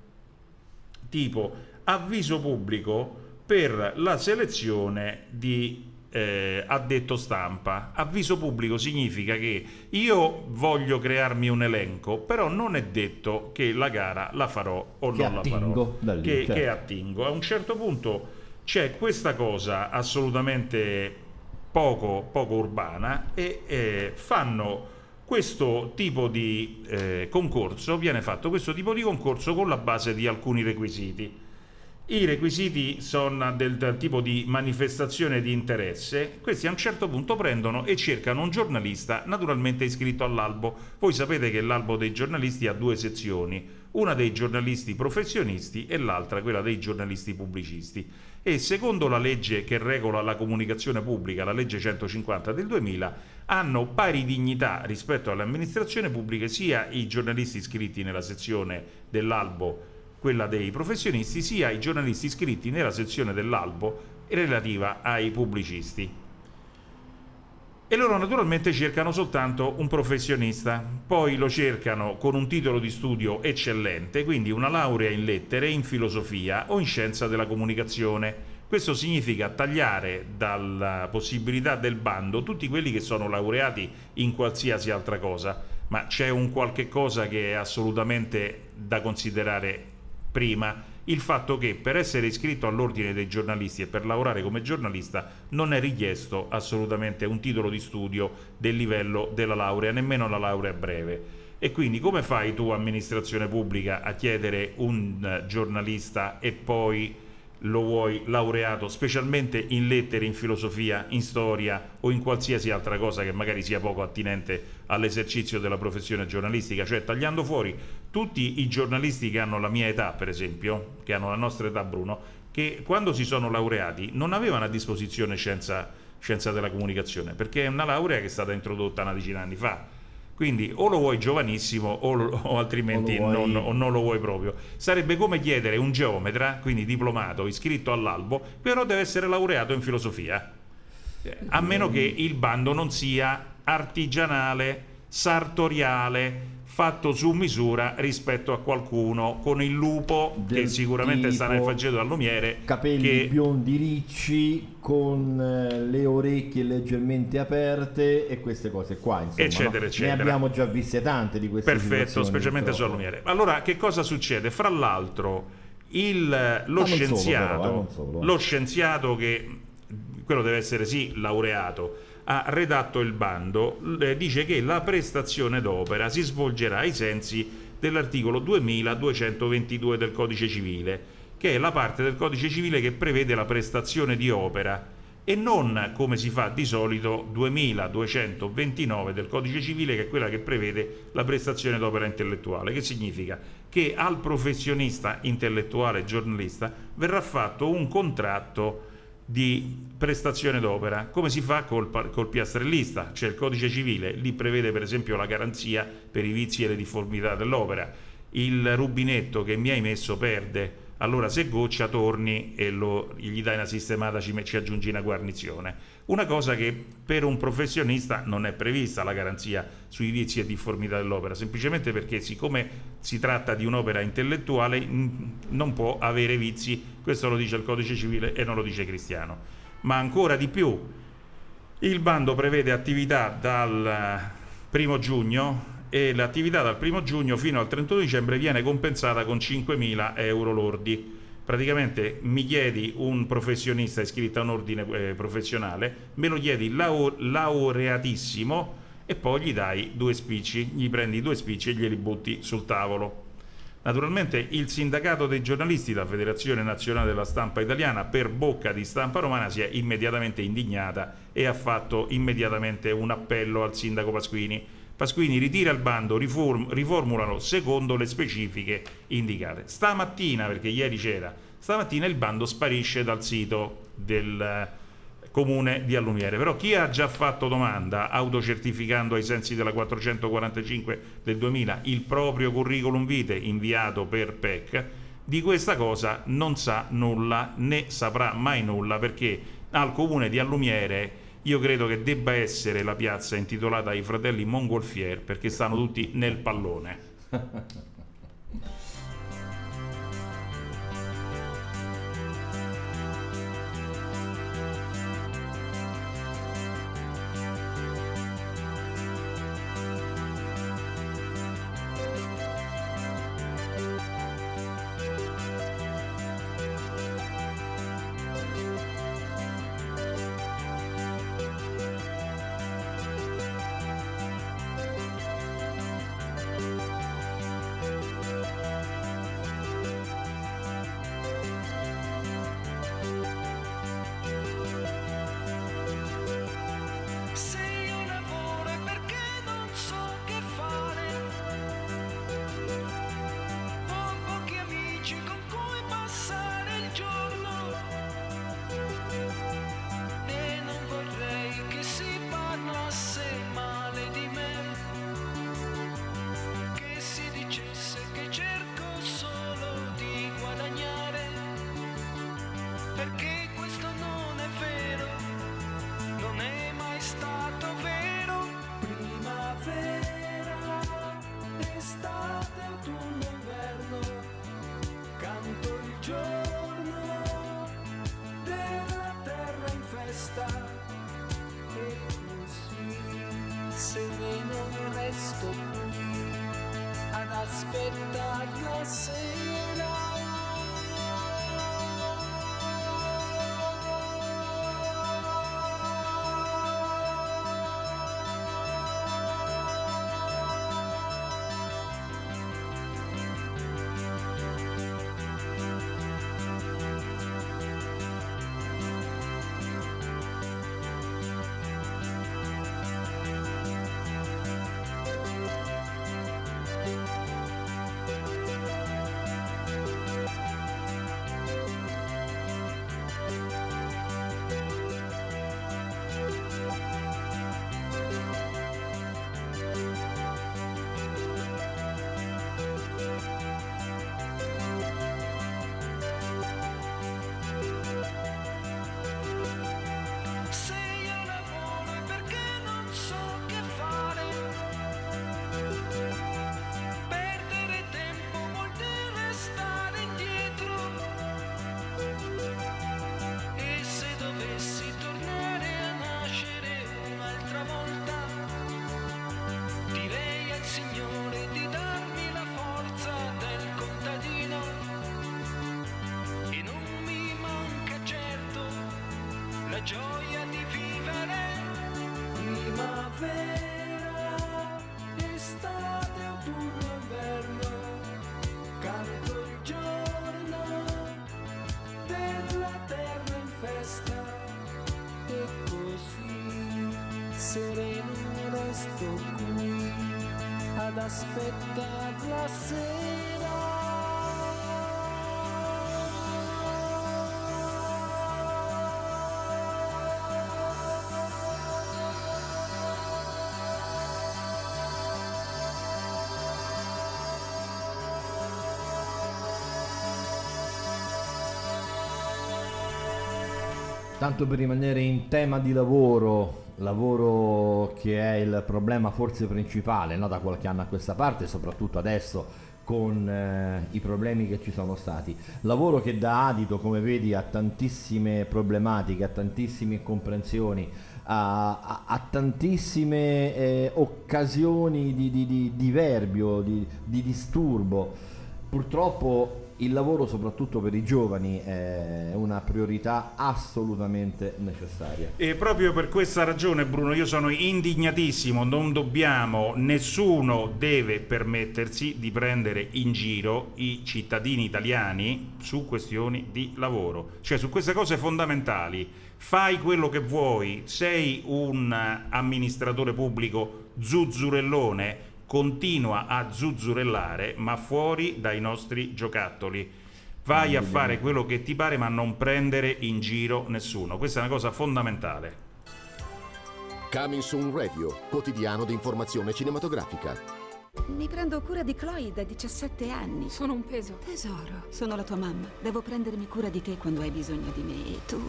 Speaker 4: tipo avviso pubblico per la selezione di addetto stampa. Avviso pubblico significa che io voglio crearmi un elenco, però non è detto che la gara la farò o non la farò, che attingo. A un certo punto c'è questa cosa assolutamente poco urbana, e fanno questo tipo di concorso, viene fatto questo tipo di concorso con la base di alcuni requisiti. I requisiti sono del tipo di manifestazione di interesse. Questi a un certo punto prendono e cercano un giornalista naturalmente iscritto all'albo. Voi sapete che l'albo dei giornalisti ha due sezioni, una dei giornalisti professionisti e l'altra quella dei giornalisti pubblicisti. E secondo la legge che regola la comunicazione pubblica, la legge 150 del 2000, hanno pari dignità rispetto alle amministrazioni pubbliche sia i giornalisti iscritti nella sezione dell'albo, quella dei professionisti, sia i giornalisti iscritti nella sezione dell'albo relativa ai pubblicisti. E loro naturalmente cercano soltanto un professionista, poi lo cercano con un titolo di studio eccellente, quindi una laurea in lettere, in filosofia o in scienza della comunicazione. Questo significa tagliare dalla possibilità del bando tutti quelli che sono laureati in qualsiasi altra cosa, ma c'è un qualche cosa che è assolutamente da considerare prima: il fatto che per essere iscritto all'ordine dei giornalisti e per lavorare come giornalista non è richiesto assolutamente un titolo di studio del livello della laurea, nemmeno la laurea breve. E quindi come fai tu, amministrazione pubblica, a chiedere un giornalista e poi lo vuoi laureato specialmente in lettere, in filosofia, in storia o in qualsiasi altra cosa che magari sia poco attinente all'esercizio della professione giornalistica? Cioè, tagliando fuori tutti i giornalisti che hanno la mia età, per esempio, che hanno la nostra età, Bruno, che quando si sono laureati non avevano a disposizione scienza della comunicazione, perché è una laurea che è stata introdotta una decina di anni fa. Quindi o lo vuoi giovanissimo o altrimenti non lo vuoi proprio. Sarebbe come chiedere un geometra, quindi diplomato, iscritto all'albo, però deve essere laureato in filosofia, a meno che il bando non sia artigianale, sartoriale, fatto su misura rispetto a qualcuno con il lupo che sicuramente sta nel faggio dell'allumiere,
Speaker 3: capelli biondi ricci con le orecchie leggermente aperte e queste cose qua, insomma,
Speaker 4: eccetera,
Speaker 3: no?
Speaker 4: eccetera.
Speaker 3: Ne abbiamo già viste tante di queste
Speaker 4: perfetto, specialmente su allumiere. Allora, che cosa succede? Fra l'altro lo scienziato che quello deve essere sì laureato, ha redatto il bando, dice che la prestazione d'opera si svolgerà ai sensi dell'articolo 2222 del Codice Civile, che è la parte del Codice Civile che prevede la prestazione di opera, e non come si fa di solito 2229 del Codice Civile, che è quella che prevede la prestazione d'opera intellettuale, che significa che al professionista intellettuale giornalista verrà fatto un contratto di prestazione d'opera, come si fa col piastrellista. Cioè il Codice Civile lì prevede per esempio la garanzia per i vizi e le difformità dell'opera. Il rubinetto che mi hai messo perde, allora se goccia torni e gli dai una sistemata, ci aggiungi una guarnizione. Una cosa che per un professionista non è prevista, la garanzia sui vizi e difformità dell'opera, semplicemente perché siccome si tratta di un'opera intellettuale non può avere vizi. Questo lo dice il Codice Civile e non lo dice Cristiano. Ma ancora di più, il bando prevede attività dal 1° giugno e l'attività dal 1° giugno fino al 31 dicembre viene compensata con 5.000 euro lordi. Praticamente mi chiedi un professionista iscritto a un ordine professionale, me lo chiedi laureatissimo e poi gli dai 2 spicci, gli prendi 2 spicci e glieli butti sul tavolo. Naturalmente il sindacato dei giornalisti, la Federazione Nazionale della Stampa Italiana, per bocca di Stampa Romana, si è immediatamente indignata e ha fatto immediatamente un appello al sindaco Pasquini. Pasquini ritira il bando, riformulano secondo le specifiche indicate. Stamattina, perché ieri c'era, stamattina il bando sparisce dal sito del comune di Allumiere. Però chi ha già fatto domanda, autocertificando ai sensi della 445 del 2000 il proprio curriculum vitae inviato per PEC, di questa cosa non sa nulla né saprà mai nulla, perché al comune di Allumiere io credo che debba essere la piazza intitolata ai fratelli Montgolfier, perché stanno tutti nel pallone.
Speaker 7: la gioia di vivere. Primavera, estate, autunno, inverno, canto il giorno della terra in festa. E così sereno resto qui ad aspettare la sera.
Speaker 3: Tanto per rimanere in tema di lavoro che è il problema forse principale, no, da qualche anno a questa parte, soprattutto adesso con i problemi che ci sono stati. Lavoro che dà adito, come vedi, a tantissime problematiche, a tantissime incomprensioni, a tantissime occasioni di diverbio, di disturbo. Purtroppo il lavoro, soprattutto per i giovani, è una priorità assolutamente necessaria.
Speaker 4: E proprio per questa ragione, Bruno, io sono indignatissimo. Nessuno deve permettersi di prendere in giro i cittadini italiani su questioni di lavoro, cioè su queste cose fondamentali. Fai quello che vuoi, sei un amministratore pubblico zuzzurellone, continua a zuzzurellare, ma fuori dai nostri giocattoli. Vai a fare quello che ti pare, ma non prendere in giro nessuno. Questa è una cosa fondamentale.
Speaker 2: Coming Soon Radio, quotidiano di informazione cinematografica.
Speaker 22: Mi prendo cura di Chloe da 17 anni. Sono un peso. Tesoro, sono la tua mamma. Devo prendermi cura di te quando hai bisogno di me. E tu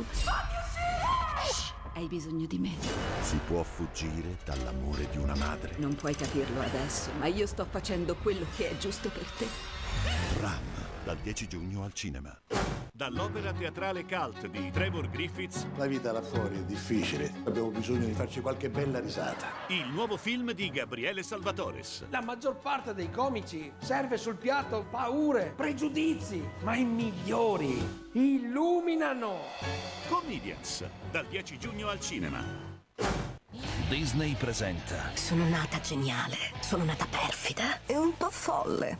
Speaker 22: hai bisogno di me.
Speaker 2: Si può fuggire dall'amore di una madre.
Speaker 22: Non puoi capirlo adesso, ma io sto facendo quello che è giusto per te.
Speaker 2: Ram, dal 10 giugno al cinema.
Speaker 23: Dall'opera teatrale cult di Trevor Griffiths,
Speaker 24: la vita là fuori è difficile, abbiamo bisogno di farci qualche bella risata.
Speaker 23: Il nuovo film di Gabriele Salvatores.
Speaker 25: La maggior parte dei comici serve sul piatto paure, pregiudizi, ma i migliori illuminano.
Speaker 23: Comedians, dal 10 giugno al cinema.
Speaker 16: Disney presenta.
Speaker 26: Sono nata geniale, sono nata perfida e un po' folle.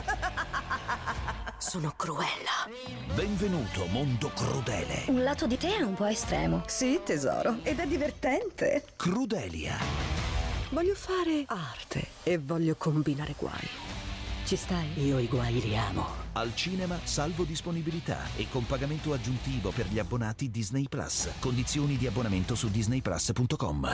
Speaker 26: Sono Cruella.
Speaker 16: Benvenuto, mondo crudele.
Speaker 26: Un lato di te è un po' estremo. Sì, tesoro, ed è divertente.
Speaker 16: Crudelia.
Speaker 26: Voglio fare arte e voglio combinare guai. Ci stai? Io i guai li amo.
Speaker 16: Al cinema salvo disponibilità e con pagamento aggiuntivo per gli abbonati Disney Plus. Condizioni di abbonamento su disneyplus.com.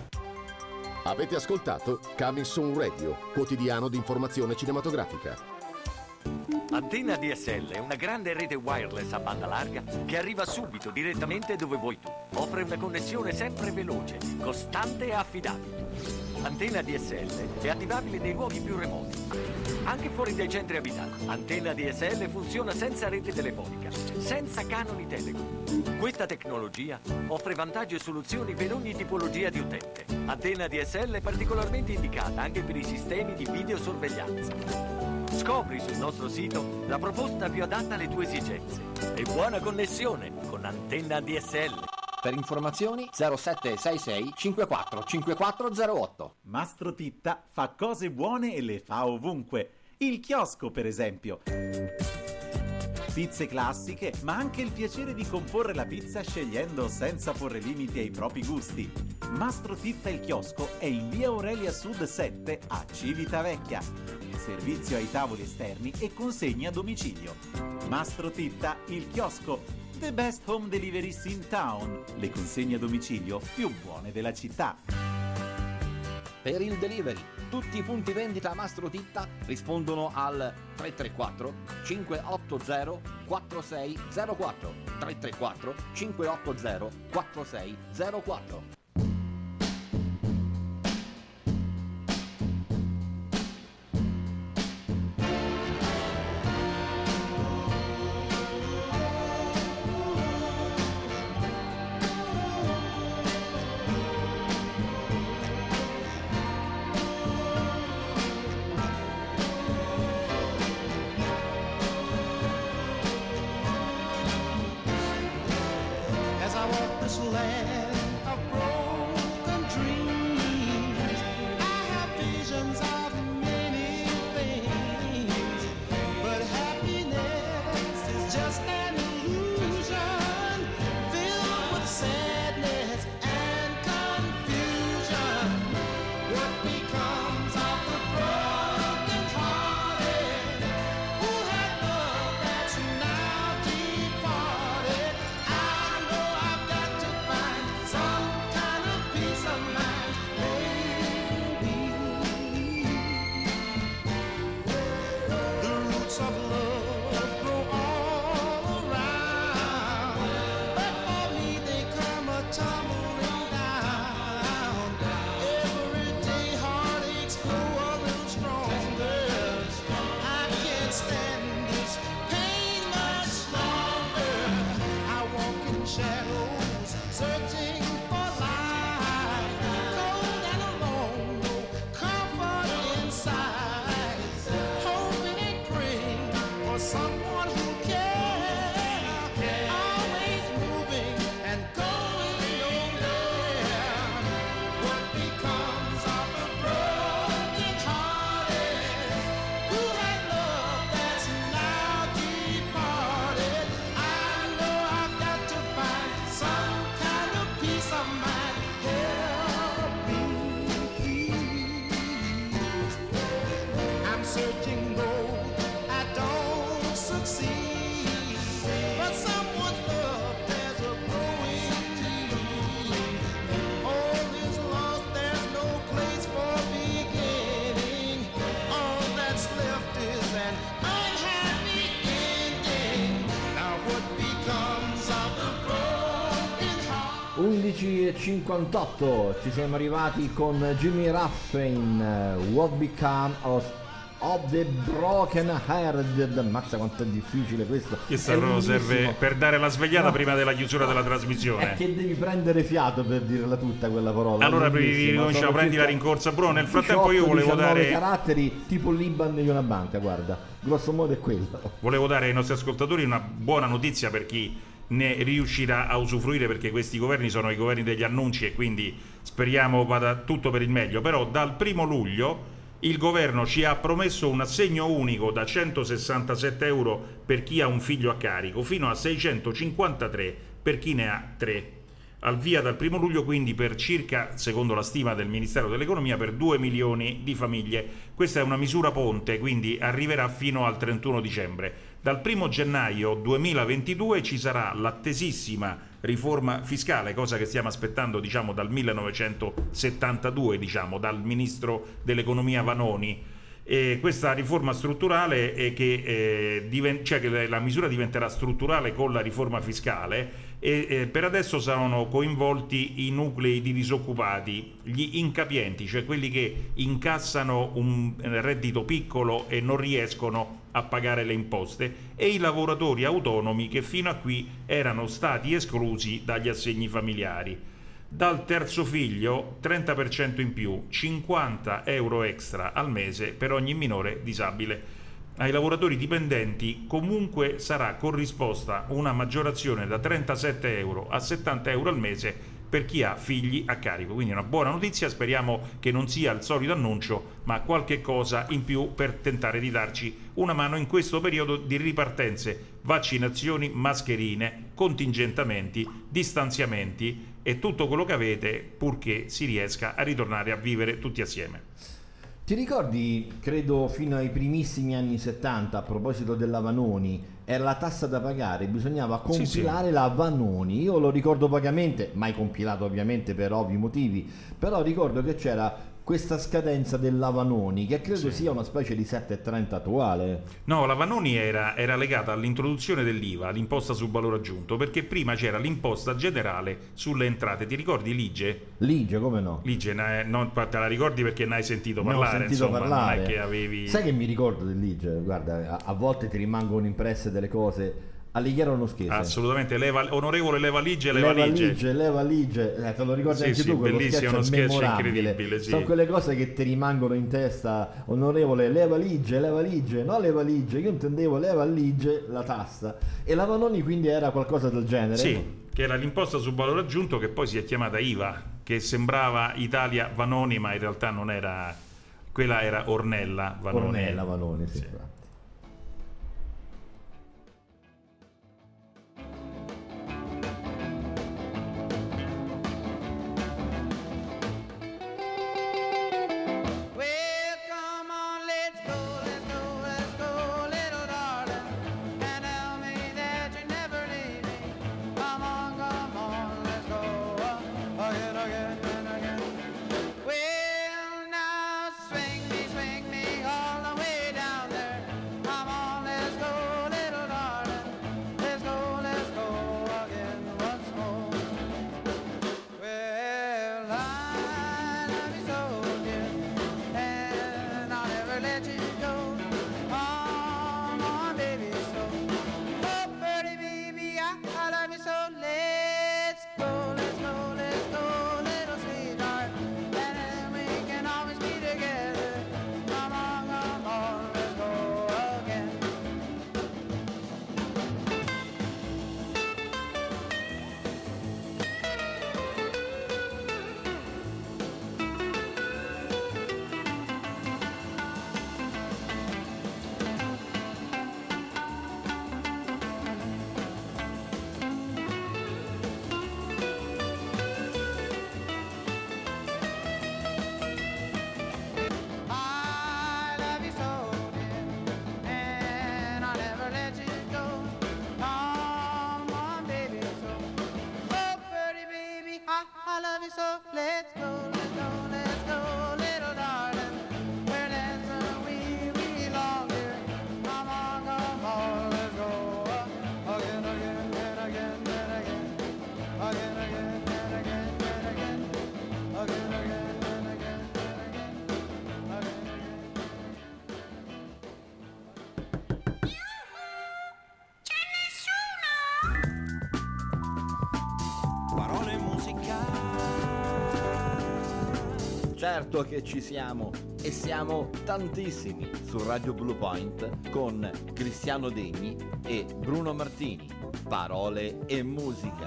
Speaker 2: Avete ascoltato Coming Soon Radio, quotidiano di informazione cinematografica.
Speaker 27: Antenna DSL è una grande rete wireless a banda larga che arriva subito direttamente dove vuoi tu. Offre una connessione sempre veloce, costante e affidabile. Antenna DSL è attivabile nei luoghi più remoti, anche fuori dai centri abitati. Antenna DSL funziona senza rete telefonica, senza canoni Telecom. Questa tecnologia offre vantaggi e soluzioni per ogni tipologia di utente. Antenna DSL è particolarmente indicata anche per i sistemi di videosorveglianza. Scopri sul nostro sito la proposta più adatta alle tue esigenze. E buona connessione con Antenna DSL.
Speaker 28: Per informazioni 0766 54 5408.
Speaker 12: Mastro Titta fa cose buone e le fa ovunque. Il chiosco, per esempio. Pizze classiche, ma anche il piacere di comporre la pizza scegliendo senza porre limiti ai propri gusti. Mastro Titta il chiosco è in via Aurelia Sud 7 a Civitavecchia. Servizio ai tavoli esterni e consegna a domicilio. Mastro Titta il chiosco. The best home deliveries in town. Le consegne a domicilio più buone della città.
Speaker 28: Per il delivery, tutti i punti vendita Mastro Titta rispondono al 334 580 4604. 334 580 4604.
Speaker 29: As
Speaker 7: I walk this land of broken dreams. I have visions of many things, but happiness is just an illusion filled with sadness and confusion. What becomes of the broken hearted who had love that's now departed? I know I've got to find some kind of peace of mind, baby. The roots of love grow all around, but for me they come a tumbling down. Every day heartaches grow a little stronger. I can't stand this pain much longer. I walk in shadows, searching for light, cold and alone, no comfort inside, hoping and praying for someone who cares, always moving and going nowhere. What becomes of the broken hearted who had love that's now departed? I know I've got to find some kind of peace of mind. Help me, please. I'm searching though I don't succeed, but someone's love there's a growing need. All is lost, there's no place for beginning. All that's left is an unhappy ending. Now what becomes of the broken heart?
Speaker 3: 11:58, ci siamo arrivati con Jimmy Ruffin, What Become of the Broken Hearted. Mazza quanto è difficile questo.
Speaker 4: Questo proprio serve per dare la svegliata prima della chiusura della trasmissione.
Speaker 3: È che devi prendere fiato per dirla tutta quella parola.
Speaker 4: Allora ricominciamo, prendi la rincorsa. Bruno, nel frattempo io volevo
Speaker 3: 19
Speaker 4: dare
Speaker 3: caratteri tipo l'Iban di una banca, guarda, grosso modo è quello.
Speaker 4: Volevo dare ai nostri ascoltatori una buona notizia per chi ne riuscirà a usufruire, perché questi governi sono i governi degli annunci e quindi speriamo vada tutto per il meglio. Però dal 1° luglio il governo ci ha promesso un assegno unico da 167 euro per chi ha un figlio a carico, fino a 653 per chi ne ha 3. Al via dal 1° luglio quindi per circa, secondo la stima del Ministero dell'Economia, per 2 milioni di famiglie. Questa è una misura ponte, quindi arriverà fino al 31 dicembre. Dal 1° gennaio 2022 ci sarà l'attesissima riforma fiscale, cosa che stiamo aspettando dal 1972, dal Ministro dell'Economia Vanoni. E questa riforma strutturale è che la misura diventerà strutturale con la riforma fiscale e per adesso sono coinvolti i nuclei di disoccupati, gli incapienti, cioè quelli che incassano un reddito piccolo e non riescono a pagare le imposte, e i lavoratori autonomi che fino a qui erano stati esclusi dagli assegni familiari. Dal terzo figlio 30% in più, 50 euro extra al mese per ogni minore disabile. Ai lavoratori dipendenti comunque sarà corrisposta una maggiorazione da 37 euro a 70 euro al mese per chi ha figli a carico. Quindi una buona notizia, speriamo che non sia il solito annuncio, ma qualche cosa in più per tentare di darci una mano in questo periodo di ripartenze, vaccinazioni, mascherine, contingentamenti, distanziamenti e tutto quello che avete, purché si riesca a ritornare a vivere tutti assieme.
Speaker 3: Ti ricordi, credo fino ai primissimi anni 70, a proposito della Vanoni, era la tassa da pagare, bisognava compilare la Vanoni. Io lo ricordo vagamente, mai compilato ovviamente per ovvi motivi, però ricordo che c'era questa scadenza della Vanoni, che credo sia una specie di 7,30 attuale.
Speaker 4: No, la Vanoni era legata all'introduzione dell'IVA, l'imposta sul valore aggiunto, perché prima c'era l'imposta generale sulle entrate. Ti ricordi Lige?
Speaker 3: Lige, come no?
Speaker 4: Lige, non te la ricordi perché ne hai sentito parlare,
Speaker 3: sentito parlare.
Speaker 4: Non è che avevi...
Speaker 3: Sai che mi ricordo del Lige? Guarda, a volte ti rimangono impresse delle cose Alighiero Noschese.
Speaker 4: Assolutamente, onorevole Le valigie, le valigie.
Speaker 3: Le valigie, te lo ricordi anche
Speaker 4: sì,
Speaker 3: tu,
Speaker 4: bellissimo, uno sketch incredibile. Sì.
Speaker 3: Sono quelle cose che ti rimangono in testa, onorevole, le valigie, no le valigie, io intendevo le valigie, la tassa. E la Vanoni quindi era qualcosa del genere?
Speaker 4: Sì, che era l'imposta sul valore aggiunto, che poi si è chiamata IVA, che sembrava Italia Vanoni, ma in realtà non era, quella era Ornella Vanoni.
Speaker 3: Ornella Vanoni, sì.
Speaker 1: Certo che ci siamo, e siamo tantissimi, su Radio Blue Point con Cristiano Degni e Bruno Martini. Parole e musica.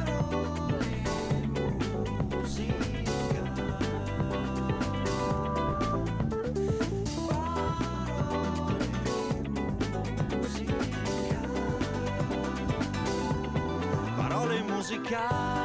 Speaker 27: Parole e musica.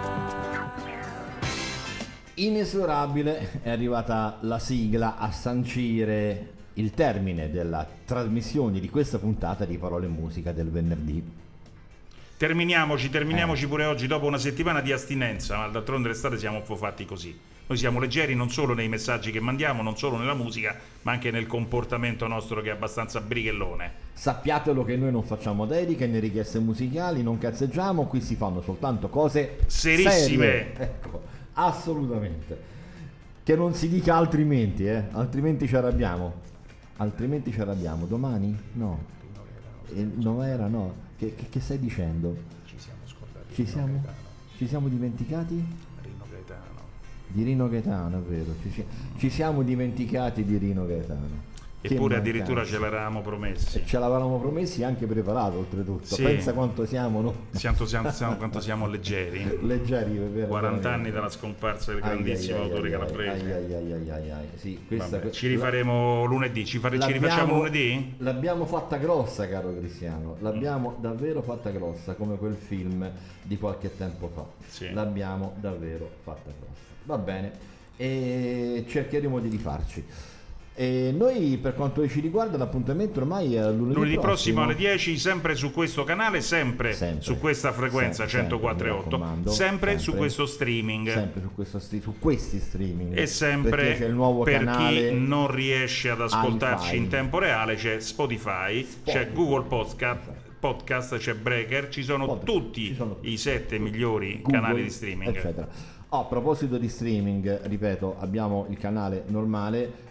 Speaker 3: Inesorabile è arrivata la sigla a sancire il termine della trasmissione di questa puntata di Parole e Musica del venerdì.
Speaker 4: Terminiamoci pure oggi, dopo una settimana di astinenza, ma d'altronde l'estate siamo un po' fatti così. Noi siamo leggeri non solo nei messaggi che mandiamo, non solo nella musica, ma anche nel comportamento nostro, che è abbastanza brighellone.
Speaker 3: Sappiatelo che noi non facciamo dediche né richieste musicali, non cazzeggiamo, qui si fanno soltanto cose
Speaker 4: serissime.
Speaker 3: Serie. Ecco. Assolutamente, che non si dica altrimenti, altrimenti ci arrabbiamo. Domani? No. Novera no. Che stai dicendo?
Speaker 18: Ci siamo scordati.
Speaker 3: Ci siamo dimenticati?
Speaker 18: Rino Gaetano.
Speaker 3: Di Rino Gaetano, è vero. Ci siamo dimenticati di Rino Gaetano.
Speaker 4: Eppure addirittura ce l'avevamo promessi.
Speaker 3: E ce l'avevamo promessi e anche preparato, oltretutto. Sì. Pensa quanto siamo, no?
Speaker 4: Quanto siamo leggeri.
Speaker 3: Leggeri, è vero.
Speaker 4: 40 anni dalla scomparsa del grandissimo autore calabrese.
Speaker 3: Sì,
Speaker 4: ci rifaremo lunedì. Ci rifacciamo lunedì?
Speaker 3: L'abbiamo fatta grossa, caro Cristiano. L'abbiamo davvero fatta grossa, come quel film di qualche tempo fa.
Speaker 4: Sì.
Speaker 3: L'abbiamo davvero fatta grossa. Va bene. E cercheremo di rifarci. E noi, per quanto ci riguarda, l'appuntamento ormai è lunedì
Speaker 4: prossimo alle 10, sempre su questo canale, sempre su questa frequenza 104.8, sempre su questo streaming,
Speaker 3: sempre su questi streaming,
Speaker 4: e sempre
Speaker 3: c'è il nuovo
Speaker 4: per
Speaker 3: canale,
Speaker 4: chi non riesce ad ascoltarci in tempo reale, c'è Spotify, c'è Google Podcast, c'è Breaker, ci sono tutti i 7 migliori
Speaker 3: Google,
Speaker 4: canali di streaming,
Speaker 3: eccetera. A proposito di streaming, ripeto, abbiamo il canale normale,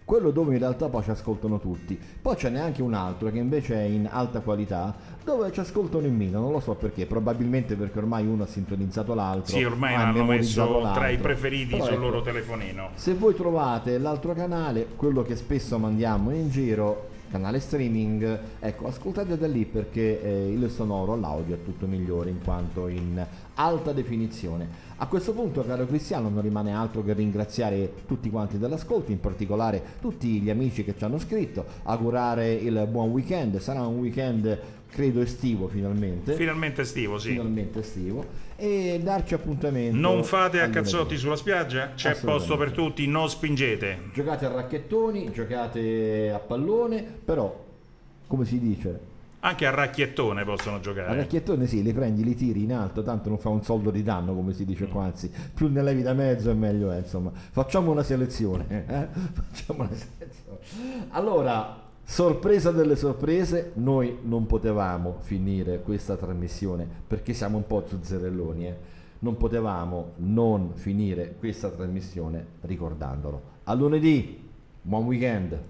Speaker 3: quello dove in realtà poi ci ascoltano tutti. Poi ce n'è anche un altro che invece è in alta qualità, dove ci ascoltano in meno, non lo so perché, probabilmente perché ormai uno ha sintonizzato l'altro.
Speaker 4: Sì, ormai l'hanno messo tra i preferiti. Però sul loro telefonino.
Speaker 3: Se voi trovate l'altro canale, quello che spesso mandiamo in giro, canale streaming, ecco, ascoltate da lì perché il sonoro, l'audio è tutto migliore in quanto in alta definizione. A questo punto, caro Cristiano, non rimane altro che ringraziare tutti quanti dell'ascolto, in particolare tutti gli amici che ci hanno scritto, augurare il buon weekend. Sarà un weekend credo estivo finalmente estivo, sì, finalmente estivo, e darci appuntamento.
Speaker 4: Non fate a cazzotti sulla spiaggia, c'è posto per tutti, non spingete,
Speaker 3: giocate a racchettoni, giocate a pallone, però come si dice,
Speaker 4: anche a racchiettone possono giocare.
Speaker 3: A racchiettone sì, li prendi, li tiri in alto, tanto non fa un soldo di danno, come si dice qua, anzi più ne levi da mezzo e meglio è, insomma. Facciamo una selezione, facciamo una selezione. Allora, sorpresa delle sorprese, noi non potevamo finire questa trasmissione perché siamo un po' zuzzerelloni, non potevamo non finire questa trasmissione ricordandolo. A lunedì, buon weekend.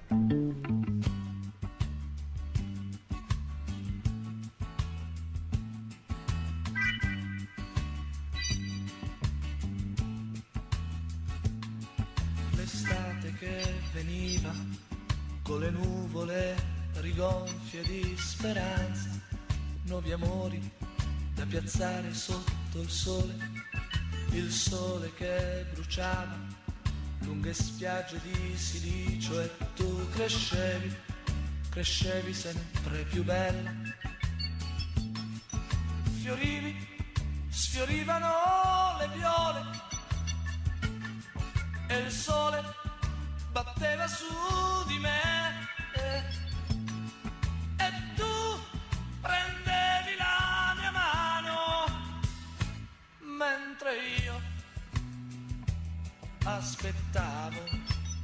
Speaker 5: L'estate che veniva con le nuvole rigonfie di speranza, nuovi amori da piazzare sotto il sole che bruciava, lunghe spiagge di silicio, e tu crescevi sempre più bella, sfiorivano le viole e il sole batteva su di me, e tu prendevi la mia mano mentre io aspettavo.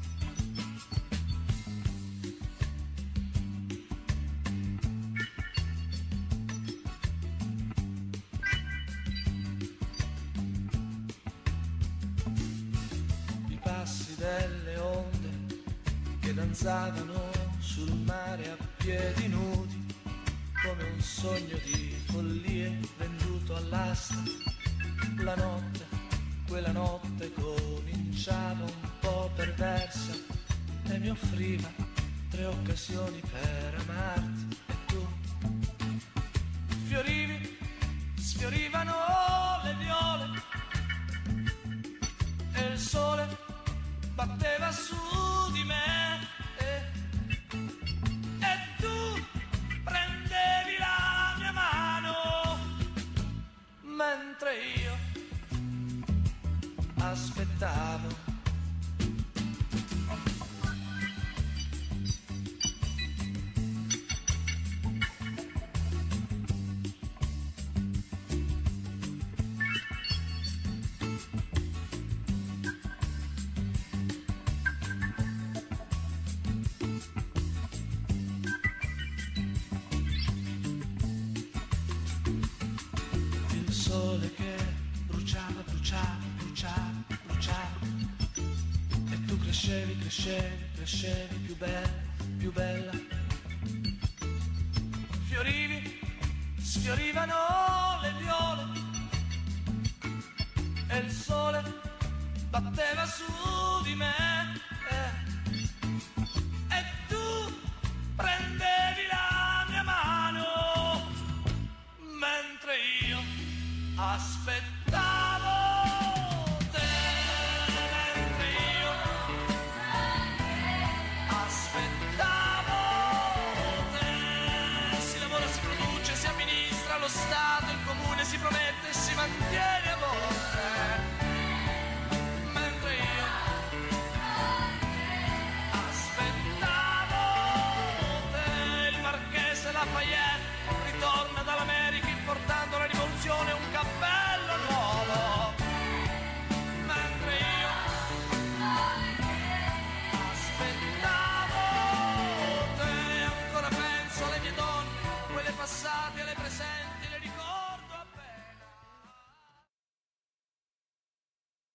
Speaker 5: I passi delle onde che danzavano sul mare a piedi nudi, come un sogno di follie venduto all'asta. La notte, quella notte cominciava un po' perversa e mi offriva 3 occasioni per amarti, e tu sfiorivano le viole e il sole batteva su di me, e tu prendevi la mia mano mentre io aspettavo. Il sole che bruciava e tu crescevi più bella, sfiorivano le viole e il sole batteva su di me, e tu prendevi la mia mano mentre io aspettavo.